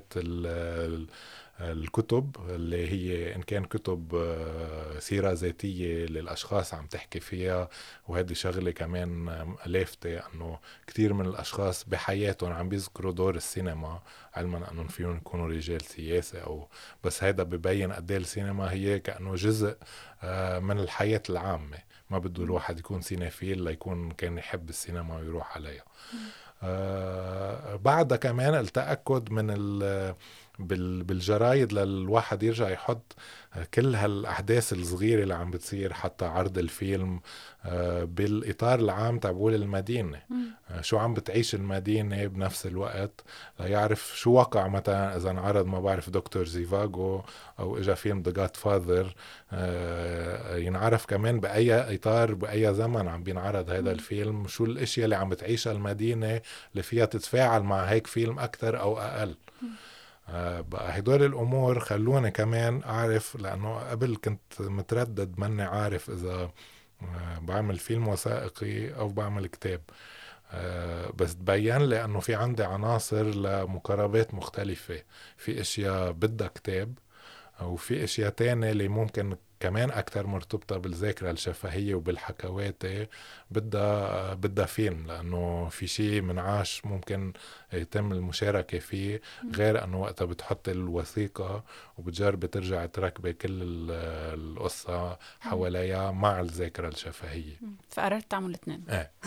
الكتب اللي هي إن كان كتب سيرة ذاتية للأشخاص عم تحكي فيها، وهذه شغلة كمان لافتة أنه كتير من الأشخاص بحياتهم عم بيذكروا دور السينما، علما أنهم فيهم يكونوا رجال سياسة أو بس، هذا ببين قد ايه السينما هي كأنه جزء من الحياة العامة، ما بده الواحد يكون سينافيل ليكون كان يحب السينما ويروح عليها. بعد كمان التأكد من بالجرايد للواحد يرجع يحط كل هالأحداث الصغيرة اللي عم بتصير، حتى عرض الفيلم بالإطار العام تبعول المدينة. شو عم بتعيش المدينة بنفس الوقت، ليعرف شو وقع مثلا إذا انعرض ما بعرف دكتور زيفاغو أو إجا فيلم The Godfather، ينعرف كمان بأي إطار بأي زمن عم بينعرض هذا الفيلم، شو الأشياء اللي عم بتعيشها المدينة اللي فيها تتفاعل مع هيك فيلم أكتر أو أقل. بقى هدول الأمور خلوني كمان أعرف، لأنه قبل كنت متردد مني عارف إذا بعمل فيلم وثائقي أو بعمل كتاب. بس تبين لي أنه في عندي عناصر لمقاربات مختلفة، في أشياء بدها كتاب وفي أشياء تانية اللي ممكن كمان أكتر مرتبطة بالذاكرة الشفهية وبالحكوات بدها فيلم، لأنه في شيء منعاش ممكن يتم المشاركة فيه، غير أنه وقتها بتحط الوثيقة وبتجرب ترجع تركب كل القصة حواليها مع الذاكرة الشفهية. فقررت تعمل الاثنين.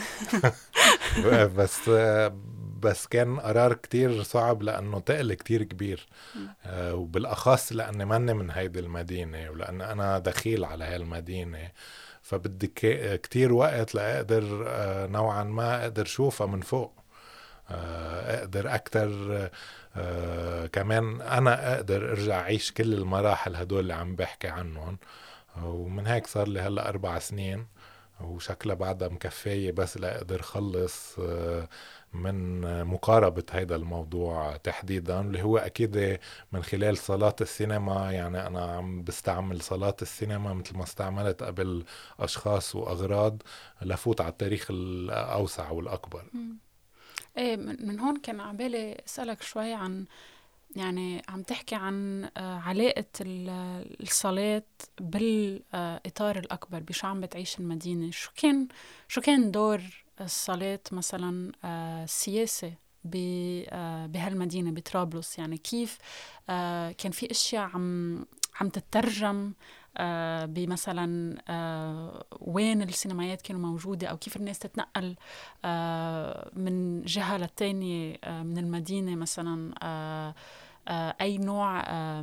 بس كان قرار كتير صعب لأنه تقل كتير كبير، وبالأخص لأني ماني من هيدي المدينة ولأن أنا دخيل على هالمدينة، فبدي كتير وقت لأقدر نوعا ما أقدر شوفها من فوق، أقدر أكتر كمان أنا أقدر أرجع أعيش كل المراحل هدول اللي عم بحكي عنهم. ومن هيك صار لي هلأ 4 سنين وشكلها بعدها مكفاية بس لأقدر خلص من مقاربة هذا الموضوع تحديدا، اللي هو أكيد من خلال صالات السينما. يعني أنا عم بستعمل صالات السينما مثل ما استعملت قبل أشخاص وأغراض لفوت على التاريخ الأوسع والأكبر. إيه، من هون كان عبالي أسألك شوي عن، يعني عم تحكي عن علاقة الصلاة بالإطار الأكبر، بشو عم بتعيش المدينة. شو كان دور الصلاة مثلا السياسي بهالمدينة بطرابلس؟ يعني كيف كان في أشياء عم تترجم بمثلا وين السينمايات كانوا موجودة، أو كيف الناس تتنقل من جهة للتانية من المدينة مثلا، أي نوع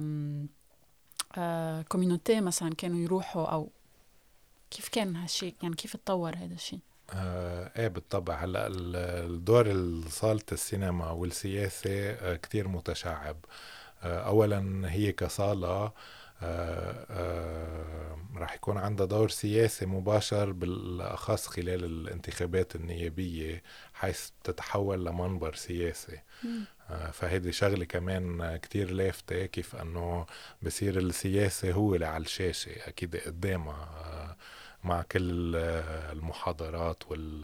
كوميونيتي مثلا كانوا يروحوا، أو كيف كان هالشيء، يعني كيف تطور هذا الشيء؟ ايه بالطبع. هلا الدور صالة السينما والسياسة كتير متشعب. اولا هي كصالة راح يكون عندها دور سياسي مباشر بالأخص خلال الانتخابات النيابية، حيث تتحول لمنبر سياسي. فهذه شغلة كمان كتير لافتة، كيف أنه بصير السياسي هو اللي على الشاشة أكيد قدامها مع كل المحاضرات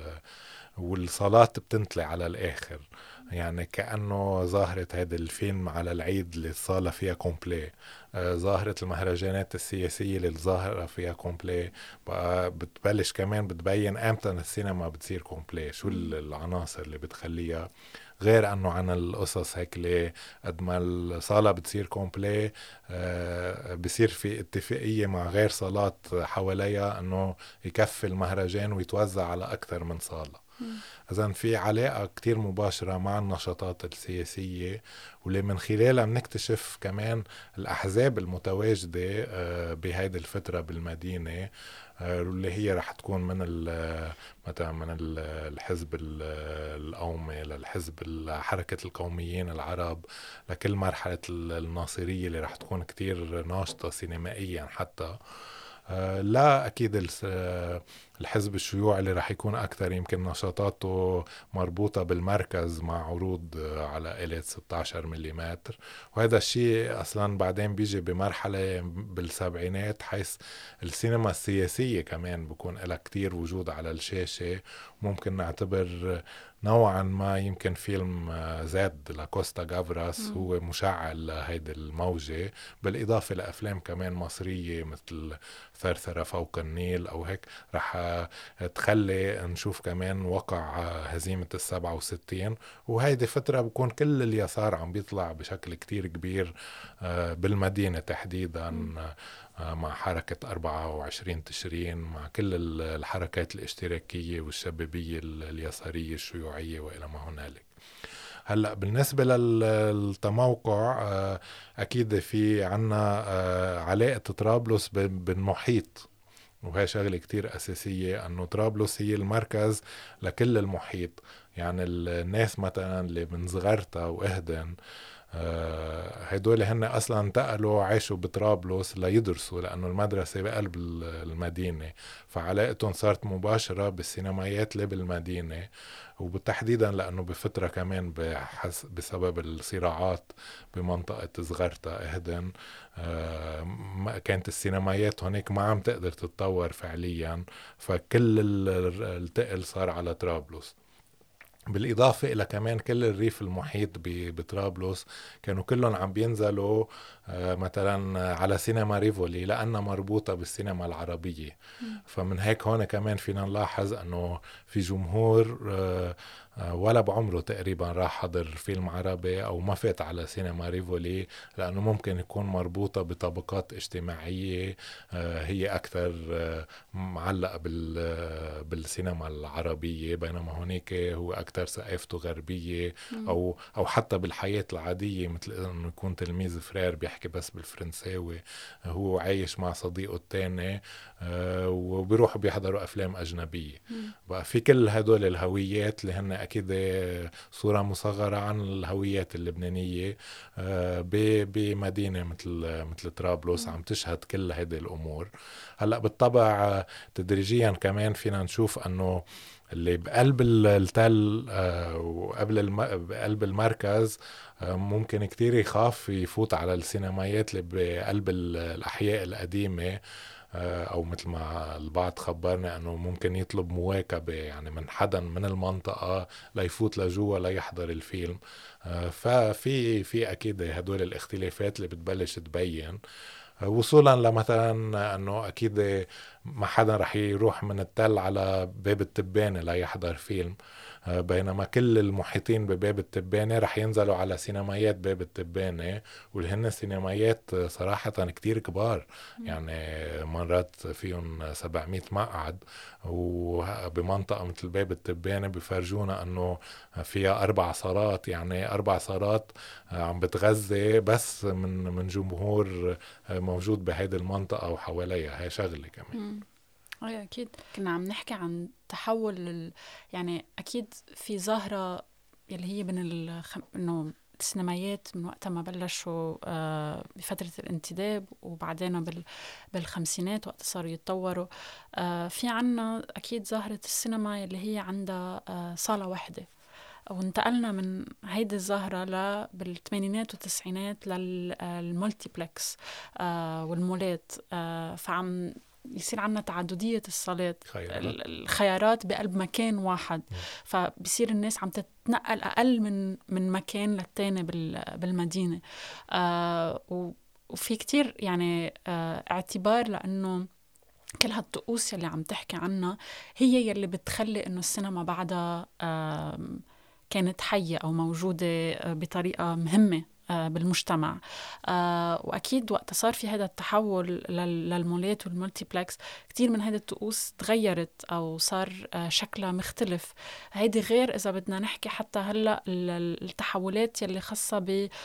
والصالات بتنتلي على الآخر. يعني كأنه ظاهرة هذا الفيلم على العيد اللي الصالة فيها كومبلي، ظاهرة المهرجانات السياسية اللي الظاهرة فيها كومبلي، بقى بتبلش كمان بتبين امتى السينما بتصير كومبلي، شو العناصر اللي بتخليها، غير انه عن القصص هيك ليه قد ما الصالة بتصير كومبلي بصير في اتفاقية مع غير صالات حواليها انه يكفي المهرجان ويتوزع على اكثر من صالة. إذن في علاقة كتير مباشرة مع النشاطات السياسية، واللي من خلالها بنكتشف كمان الأحزاب المتواجدة بهذه الفترة بالمدينة، واللي هي رح تكون مثلا من الحزب القومي للحزب حركة القوميين العرب، لكل مرحلة الناصرية اللي رح تكون كتير ناشطة سينمائيا حتى، لا أكيد الحزب الشيوعي اللي رح يكون أكثر يمكن نشاطاته مربوطة بالمركز مع عروض على آلات 16 ملم. وهذا الشيء أصلا بعدين بيجي بمرحلة بالسبعينات، حيث السينما السياسية كمان بيكون لها كتير وجود على الشاشة. ممكن نعتبر نوعا ما يمكن فيلم زاد لكوستا غافراس هو مشعل هيدي الموجة، بالإضافة لأفلام كمان مصرية مثل ثرثرة فوق النيل أو هيك، رح تخلي نشوف كمان وقع هزيمة 67. وهيدي فترة بكون كل اليسار عم بيطلع بشكل كتير كبير بالمدينة تحديدا، مع حركة 24 تشرين، مع كل الحركات الاشتراكية والشبابية اليسارية الشيوعية وإلى ما هنالك. هلأ بالنسبة للتموقع أكيد في عنا علاقة طرابلس بالمحيط، وهي شغلة كتير أساسية، أنه طرابلس هي المركز لكل المحيط. يعني الناس مثلا اللي من زغرتا وإهدن هيدول هن أصلا انتقلوا عاشوا بطرابلس ليدرسوا، لأنه المدرسة بقلب المدينة، فعلاقتهم صارت مباشرة بالسينمايات اللي بالمدينة. وبالتحديدا لأنه بفترة كمان بسبب الصراعات بمنطقة زغرتا إهدن كانت السينمايات هناك ما عم تقدر تتطور فعليا، فكل التقل صار على طرابلس. بالإضافة إلى كمان كل الريف المحيط بطرابلس كانوا كلهم عم بينزلوا مثلا على سينما ريفولي لأنها مربوطة بالسينما العربية. فمن هيك هون كمان فينا نلاحظ أنه في جمهور ولا بعمره تقريبا راح حضر فيلم عربي أو ما فات على سينما ريفولي، لأنه ممكن يكون مربوطة بطبقات اجتماعية هي أكثر معلقة بالسينما العربية، بينما هناك هو أكثر ثقافته غربية أو حتى بالحياة العادية، مثل أنه يكون تلميذ فرير بيحكي بس بالفرنساوي، هو عايش مع صديقه التاني وبيروحوا بيحضروا أفلام أجنبية. بقى في كل هدول الهويات اللي هن أكيد صورة مصغرة عن الهويات اللبنانية بمدينة مثل طرابلس عم تشهد كل هذه الأمور. هلأ بالطبع تدريجيا كمان فينا نشوف أنه اللي بقلب التل وقبل بقلب المركز ممكن كتير يخاف يفوت على السينمايات اللي بقلب الأحياء القديمة، أو مثل ما البعض خبرنا أنه ممكن يطلب مواكبة يعني من حدا من المنطقة ليفوت لجوا ليحضر الفيلم. ففي أكيد هدول الاختلافات اللي بتبلش تبين، وصولا لمثلا أنه أكيد ما حدا رح يروح من التل على باب التبانة ليحضر فيلم، بينما كل المحيطين بباب التبانة رح ينزلوا على سينمايات باب التبانة، واللي هن سينمايات صراحة كتير كبار، يعني مرات فيهم 700 مقعد، وبمنطقة مثل باب التبانة بفرجونا أنه فيها 4 صالات، يعني 4 صالات عم بتغذي بس من جمهور موجود بهيدي المنطقة وحواليها. هاي شغلة كمان. أي أكيد. كنا عم نحكي عن تحول يعني أكيد في ظاهرة اللي هي من إنه السينمايات من وقت ما بلشوا بفترة الانتداب، وبعدين بالخمسينات وقت صاروا يتطوروا في عنا أكيد ظاهرة السينما اللي هي عندها صالة واحدة، وانتقلنا من هيدي الظاهرة بالثمانينات والتسعينات للمولتيبلكس والمولات، فعم يصير عنا تعددية الصالات، الخيارات بقلب مكان واحد، فبصير الناس عم تتنقل أقل من مكان للتاني بالمدينة. وفي كتير يعني اعتبار، لأنه كل هالطقوس اللي عم تحكي عنها هي يلي بتخلي إنه السينما بعدها كانت حية أو موجودة بطريقة مهمة بالمجتمع. وأكيد وقت صار في هذا التحول للمولات والمولتيبلكس كتير من هذه الطقوس تغيرت أو صار شكلها مختلف. هيدي غير إذا بدنا نحكي حتى هلأ التحولات يلي خاصة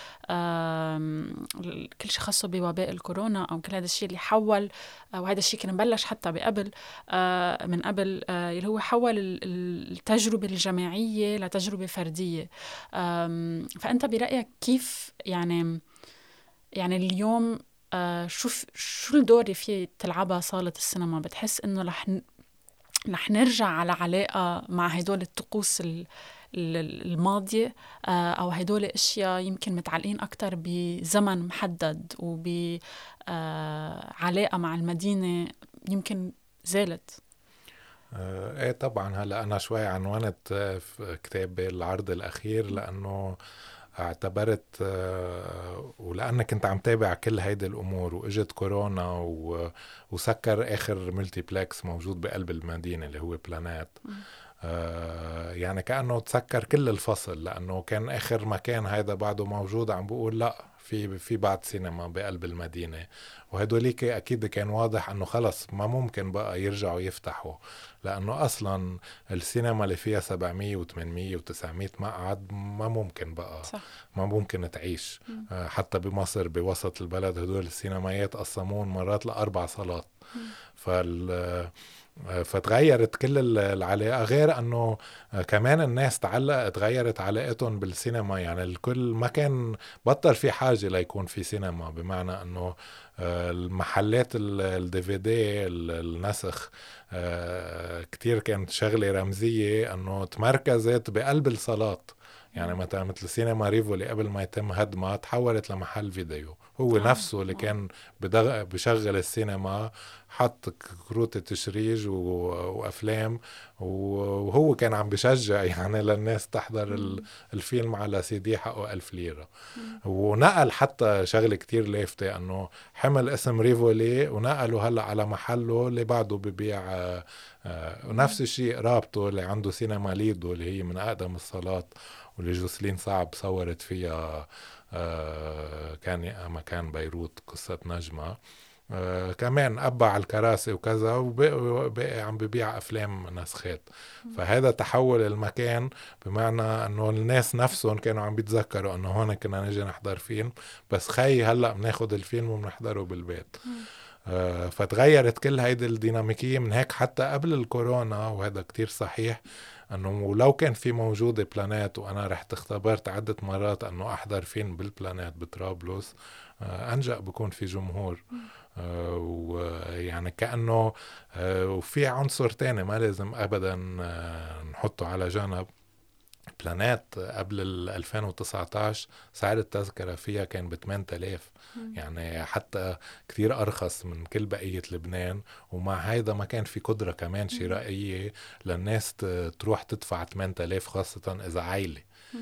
كل شيء خاصه بوباء الكورونا أو كل هذا الشيء اللي حول، وهذا الشيء كان مبلش حتى من قبل اللي هو حول التجربة الجماعية لتجربة فردية. فأنت برأيك كيف يعني اليوم شو الدور اللي فيه تلعبها صالة السينما؟ بتحس إنه رح نرجع على علاقة مع هدول الطقوس الماضية، أو هدول أشياء يمكن متعلقين أكتر بزمن محدد وبعلاقة مع المدينة يمكن زالت؟ ايه طبعا. هلا انا شوي عنونت في كتابي العرض الاخير لانه اعتبرت ولأنك كنت عم تابع كل هيدي الأمور وإجت كورونا وسكر آخر ملتيبلكس موجود بقلب المدينة اللي هو بلانات، يعني كأنه تسكر كل الفصل، لأنه كان آخر مكان هيدا بعده موجود. عم بقول لا، في بعض سينما بقلب المدينة، وهدوليك أكيد كان واضح أنه خلص ما ممكن بقى يرجعوا يفتحوا، لأنه أصلا السينما اللي فيها 700 و800 و900 مقعد ما ممكن بقى صح. ما ممكن تعيش. حتى بمصر بوسط البلد هدول السينمايات قسمون مرات ل4 صالات. فتغيرت كل العلاقة، غير أنه كمان الناس تغيرت علاقتهم بالسينما. يعني الكل ما كان بطل في حاجة ليكون في سينما، بمعنى أنه المحلات الDVD النسخ كتير كانت شغلة رمزية أنه تمركزت بقلب الصالات. يعني مثل سينما ريفو اللي قبل ما يتم هدمها تحولت لمحل فيديو، هو نفسه اللي كان بشغل السينما، حط كروت تشريج وأفلام، وهو كان عم بشجع يعني للناس تحضر الفيلم على CD حقه 1000 ليرة. ونقل حتى شغلة كتير لافتة أنه حمل اسم ريفولي ونقله هلأ على محله اللي بعده ببيع نفس الشيء رابطه اللي عنده سينما ليدو اللي هي من أقدم الصالات، واللي جوسلين صعب صورت فيها كان مكان بيروت قصة نجمة. كمان أبع الكراسي وكذا، وبقى عم ببيع أفلام نسخات. فهذا تحول المكان، بمعنى أنه الناس نفسهم كانوا عم بيتذكروا أنه هون كنا نجي نحضر فيلم، بس خي هلأ بناخد الفيلم وبنحضره بالبيت. فتغيرت كل هيدي الديناميكية. من هيك حتى قبل الكورونا، وهذا كتير صحيح، أنه لو كان في موجودة بلانات، وأنا رحت اختبرت عدة مرات أنه أحضر فيلم بالبلانات بطرابلس، أنجأ بكون في جمهور. ويعني كأنه وفي عنصر تاني ما لازم أبدا نحطه على جانب. بلانات قبل 2019 سعر التذكرة فيها كان ب8,000، يعني حتى كتير أرخص من كل بقية لبنان. ومع هيدا ما كان في قدرة كمان شرائية للناس تروح تدفع 8,000، خاصة إذا عائلة.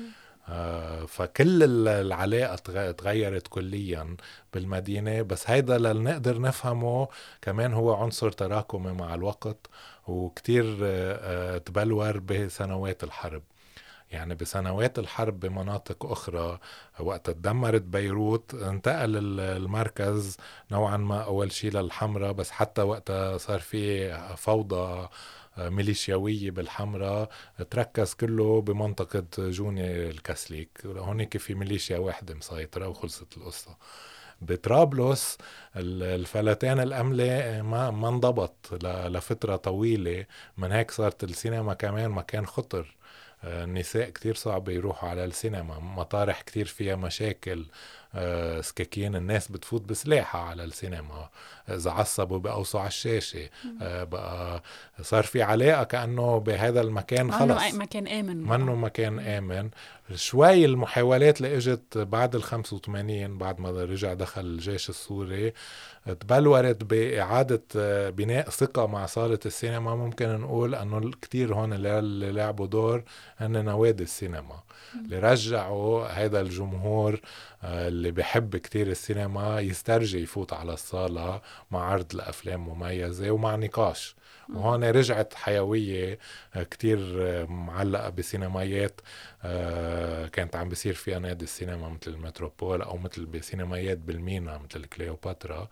فكل العلاقة تغيرت كليا بالمدينة. بس هيدا لنقدر نفهمه كمان هو عنصر تراكمي مع الوقت، وكتير تبلور بسنوات الحرب. يعني بسنوات الحرب بمناطق أخرى وقت تدمرت بيروت، انتقل المركز نوعا ما أول شيء للحمرة، بس حتى وقت صار في فوضى ميليشياوية بالحمرة تركز كله بمنطقة جوني الكسليك. هونيك في ميليشيا واحدة مسيطرة وخلصت القصة. بطرابلس الفلتان الأملي ما انضبط لفترة طويلة، من هيك صارت السينما كمان مكان خطر. النساء كتير صعب يروحوا على السينما، مطارح كتير فيها مشاكل، سكاكين، الناس بتفوت بسلاحها على السينما، إذا عصبوا بقوصوا على الشاشة. بقى صار في علاقة كأنه بهذا المكان خلص مكان آمن، منه مكان آمن. شوي المحاولات اللي اجت بعد 85 بعد ما رجع دخل الجيش السوري تبلورت بإعادة بناء ثقة مع صالة السينما. ممكن نقول أنه كتير هون اللي لعبوا دور أن نوادي السينما اللي رجعوا هذا الجمهور اللي بيحب كتير السينما يسترجي يفوت على الصالة مع عرض لأفلام مميزة ومع نقاش. وهون رجعت حيوية كتير معلقة بسينمايات كانت عم بيصير فيها نادي السينما مثل المتروبول أو مثل بسينمايات بالمينا مثل كليوباترا.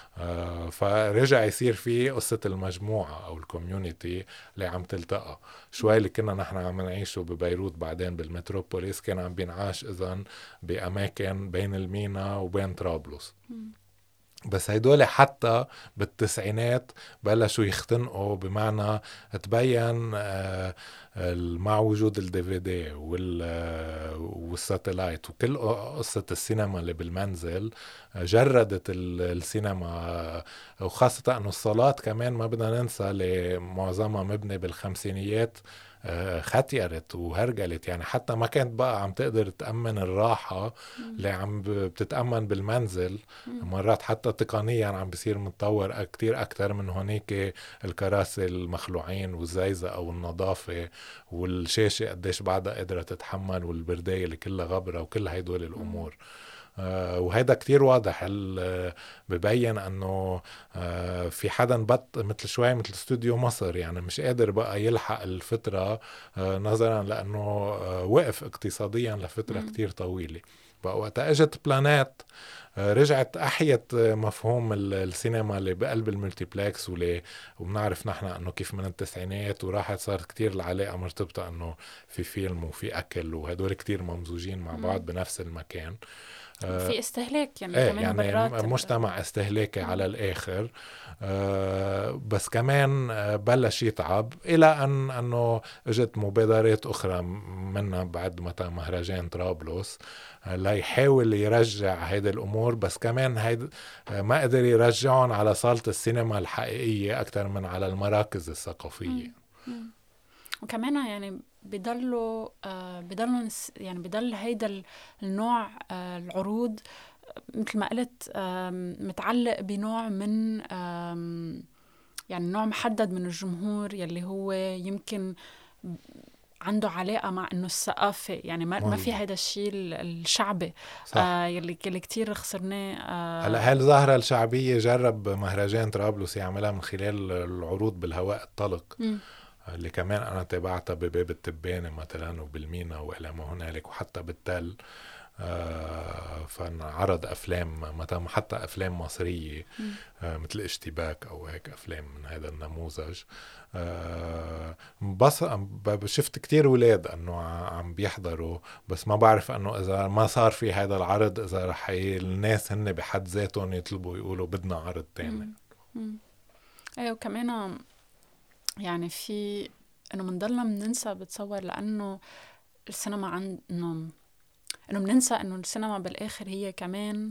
فرجع يصير فيه قصة المجموعة أو الكوميونيتي اللي عم تلتقى. شوي اللي كنا نحن عم نعيشه ببيروت بعدين بالمتروبوليس كان عم بينعاش إذن بأماكن بين المينا وبين طرابلس. بس هيدول حتى بالتسعينات بلشوا يختنقوا، بمعنى تبين مع وجود الDVD والساتلايت وكل قصة السينما اللي بالمنزل جردت السينما. وخاصة أنه الصالات كمان ما بدنا ننسى لمعظمها مبني بالخمسينيات ختيرت وهرجلت. يعني حتى ما كانت بقى عم تقدر تأمن الراحة اللي عم بتتأمن بالمنزل. مرات حتى تقنيا عم بيصير متطور كتير أكتر من هونيك، الكراسي المخلوعين والزيزة أو النظافة والشاشة قديش بعدها قادرة تتحمل والبرداية اللي كلها غبرة وكل هيدول الأمور. وهذا كتير واضح ببين أنه في حدا مثل شوي مثل استوديو مصر يعني مش قادر بقى يلحق الفترة نظرا لأنه وقف اقتصاديا لفترة كتير طويلة. بقى وقتها اجت بلانات رجعت أحيت مفهوم السينما اللي بقلب الملتيبلكس وبنعرف نحن أنه كيف من التسعينات وراحت صارت كتير العلاقة مرتبطة أنه في فيلم وفي أكل وهدول كتير ممزوجين مع بعض بنفس المكان. في استهلاك يعني كمان يعني مجتمع استهلاكي على الآخر. بس كمان بلش يتعب إلى أنه اجت مبادرات أخرى منها بعد متى مهرجان طرابلس ليحاول يرجع هيدا الأمور، بس كمان ما قدر يرجعهم على صالة السينما الحقيقية أكتر من على المراكز الثقافية. وكمان يعني بيضلوا يعني بيضل هيدا النوع العروض مثل ما قلت متعلق بنوع من يعني نوع محدد من الجمهور يلي هو يمكن عنده علاقة مع إنه الثقافة يعني ما في هذا الشيء الشعبي يلي كتير خسرناه. هلا هالظاهرة الشعبية جرب مهرجان طرابلس يعملها من خلال العروض بالهواء الطلق اللي كمان أنا تابعتها بباب التبانة مثلا وبالمينا وإلى ما هنالك وحتى بالتل. فنعرض أفلام مثلا حتى أفلام مصرية مثل اشتباك أو هيك أفلام من هذا النموذج. بس شفت كتير ولاد أنه عم بيحضروا، بس ما بعرف أنه إذا ما صار في هذا العرض إذا رح الناس هن بحد ذاتهم يطلبوا يقولوا بدنا عرض تاني. أيوة كمان يعني في إنه منضلنا مننسى بتصور لأنه السينما إنه مننسى إنه السينما بالآخر هي كمان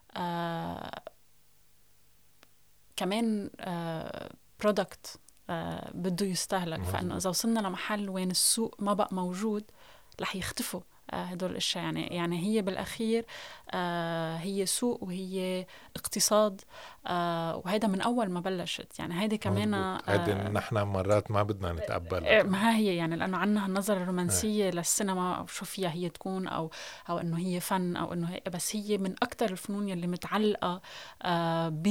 برودكت بده يستهلك. فإنه إذا وصلنا لمحل وين السوق ما بقى موجود رح يختفوا هدول الاشياء. يعني هي بالاخير هي سوق وهي اقتصاد وهيدا من اول ما بلشت. يعني هيدا كمان هيدا نحن مرات ما بدنا نتقبل ما هي يعني لانه عندنا النظره الرومانسيه للسينما او شو فيها هي تكون او انه هي فن او انه بس هي من اكثر الفنون يلي متعلقه ب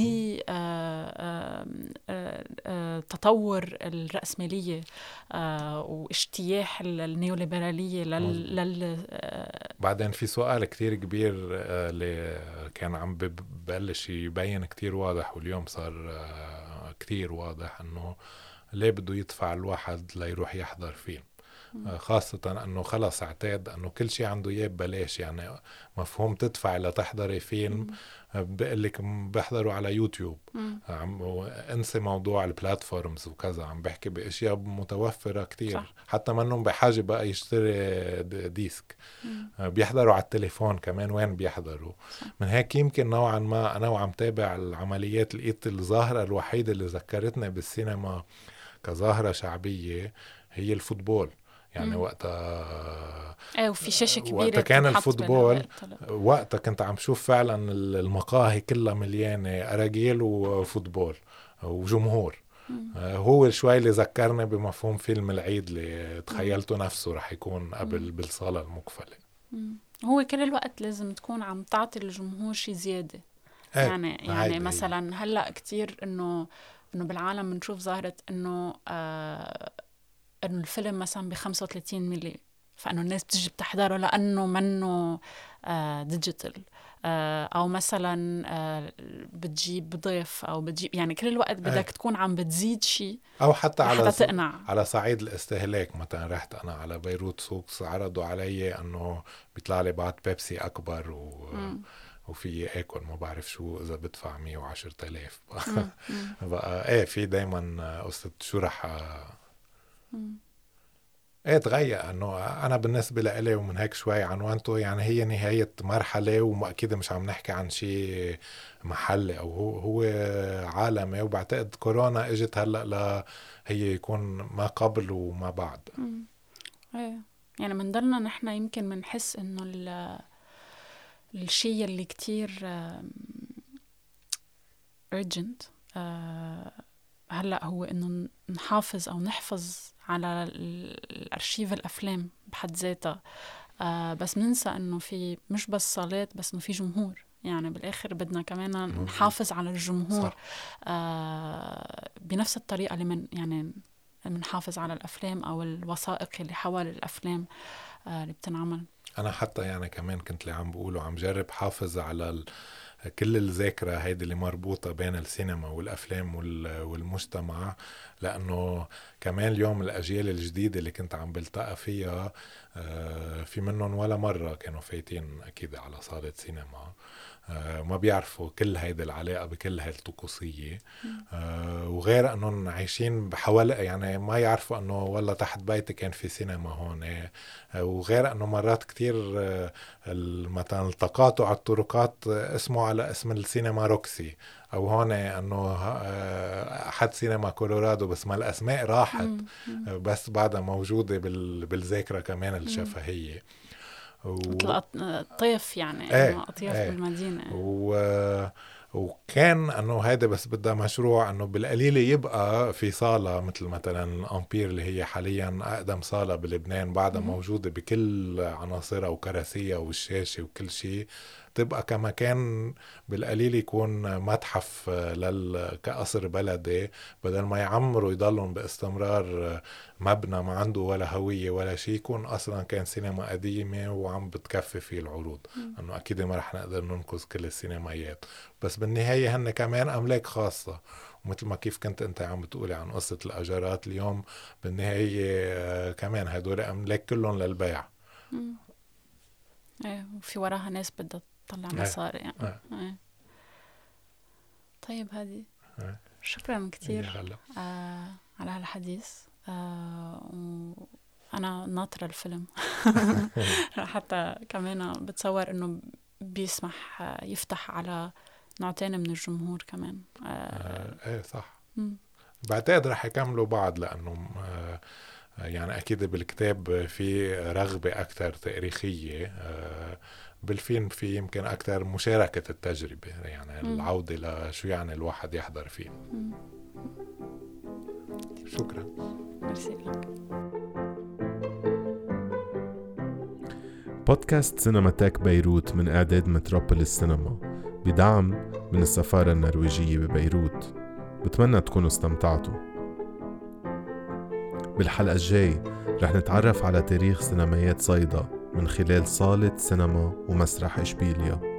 تطور الرأسمالية واجتياح النيوليبرالية بعدين في سؤال كتير كبير اللي كان عم ببلش يبين كتير واضح واليوم صار كتير واضح انه ليه بده يدفع الواحد ليروح يحضر فيلم. خاصة انه خلص اعتاد انه كل شيء عنده اياه ببلاش. يعني مفهوم تدفع لتحضري فيلم بقلك بحضروا على يوتيوب. انسي موضوع البلاتفورمز وكذا، عم بحكي باشياء متوفرة كتير. صح. حتى منهم بحاجة بقى يشتري ديسك. بيحضروا على التليفون كمان وين بيحضروا. صح. من هيك يمكن نوعا ما انا وعم تابع العمليات لقيت الظاهرة الوحيدة اللي ذكرتنا بالسينما كظاهرة شعبية هي الفوتبول. يعني وقتها وفي شاشة كبيرة وقتها كان الفوتبول وقتها كنت عم شوف فعلا المقاهي كلها مليانة أراجيل وفوتبول وجمهور. هو شوي اللي ذكرني بمفهوم فيلم العيد اللي تخيلته نفسه رح يكون قبل بالصالة المقفلة. هو كل الوقت لازم تكون عم تعطي الجمهور شي زيادة. يعني مثلا هلأ كتير إنه بالعالم بنشوف ظاهرة إنه الفيلم مثلا ب35 ملي، فإنه الناس بتجي بتحضره لأنه منه ديجيتال. أو مثلا بتجيب ضيف أو بتجيب يعني كل الوقت بدك تكون عم بتزيد شيء أو حتى على صعيد الاستهلاك. مثلا رحت أنا على بيروت سوكس عرضوا علي أنه بيطلع لي بعد بيبسي أكبر وفي اكل ما بعرف شو اذا بدفع 110,000 بقى في دايما قصة شو رح تغير. انه انا بالنسبة لإلي ومن هيك شوي عنوانته يعني هي نهاية مرحلة ومؤكد مش عم نحكي عن شيء محلي او هو عالمي. وبعتقد كورونا اجت هلأ هي يكون ما قبل وما بعد. يعني منضلنا نحن يمكن منحس انه الشيء اللي كتير urgent هلأ هو إنه نحافظ أو نحفظ على الأرشيف الأفلام بحد ذاتها. بس ننسى إنه في مش بس صالات بس إنه في جمهور. يعني بالآخر بدنا كمان نحافظ على الجمهور بنفس الطريقة اللي يعني منحافظ على الأفلام أو الوثائق اللي حول الأفلام. اللي بتنعمل. أنا حتى يعني كمان كنت اللي عم بقوله عم جرب حافظ على كل الذاكرة هيدي اللي مربوطة بين السينما والأفلام والمجتمع، لأنه كمان اليوم الأجيال الجديدة اللي كنت عم بلتقى فيها في منهم ولا مرة كانوا فايتين أكيد على صالة سينما، ما بيعرفوا كل هيدي العلاقة بكل هاي الطقوسية، وغير أنهم عايشين بحوالي يعني ما يعرفوا أنه والله تحت بيتي كان في سينما هون، وغير أنه مرات كتير مثلا التقاطع الطرقات اسمه على اسم السينما روكسي، أو هون أنه حد سينما كولورادو، بس ما الأسماء راحت بس بعدها موجودة بالذاكرة كمان الشفهية. طيف يعني أطياف بالمدينة. وكان أنه هذا بس بدها مشروع أنه بالقليل يبقى في صالة مثل مثلا الأمبير اللي هي حاليا أقدم صالة بلبنان بعدها موجودة بكل عناصرها وكراسيها والشاشة وكل شيء، تبقى كمكان بالقليل يكون متحف كقصر بلدي، بدل ما يعمروا يضلون باستمرار مبنى ما عنده ولا هوية ولا شيء، يكون أصلا كان سينما قديمة وعم بتكفي فيه العروض. أنه أكيد ما رح نقدر ننقذ كل السينمايات، بس بالنهاية هن كمان أملاك خاصة، ومثل ما كيف كنت أنت عم بتقولي عن قصة الأجارات اليوم، بالنهاية كمان هدول أملاك كلهم للبيع. وفي وراها ناس بدها تطلع مصاري يعني. طيب هادي، شكرا كتير على هالحديث. أنا ناطرة الفيلم حتى كمان بتصور إنه بيسمح يفتح على نوع تاني من الجمهور كمان. صح. بعتقد رح يكملوا بعض، لأنه يعني أكيد بالكتاب في رغبة أكثر تاريخية، بالفيلم في يمكن أكثر مشاركة التجربة، يعني العودة لشو يعني الواحد يحضر فيه. شكرا. ميرسي لك. بودكاست سينماتيك بيروت من إعداد متروبوليس سينما بدعم من السفارة النرويجية ببيروت. بتمنى تكونوا استمتعتوا. بالحلقة الجاي رح نتعرف على تاريخ سينمايات صيدا من خلال صالة سينما ومسرح إشبيليا.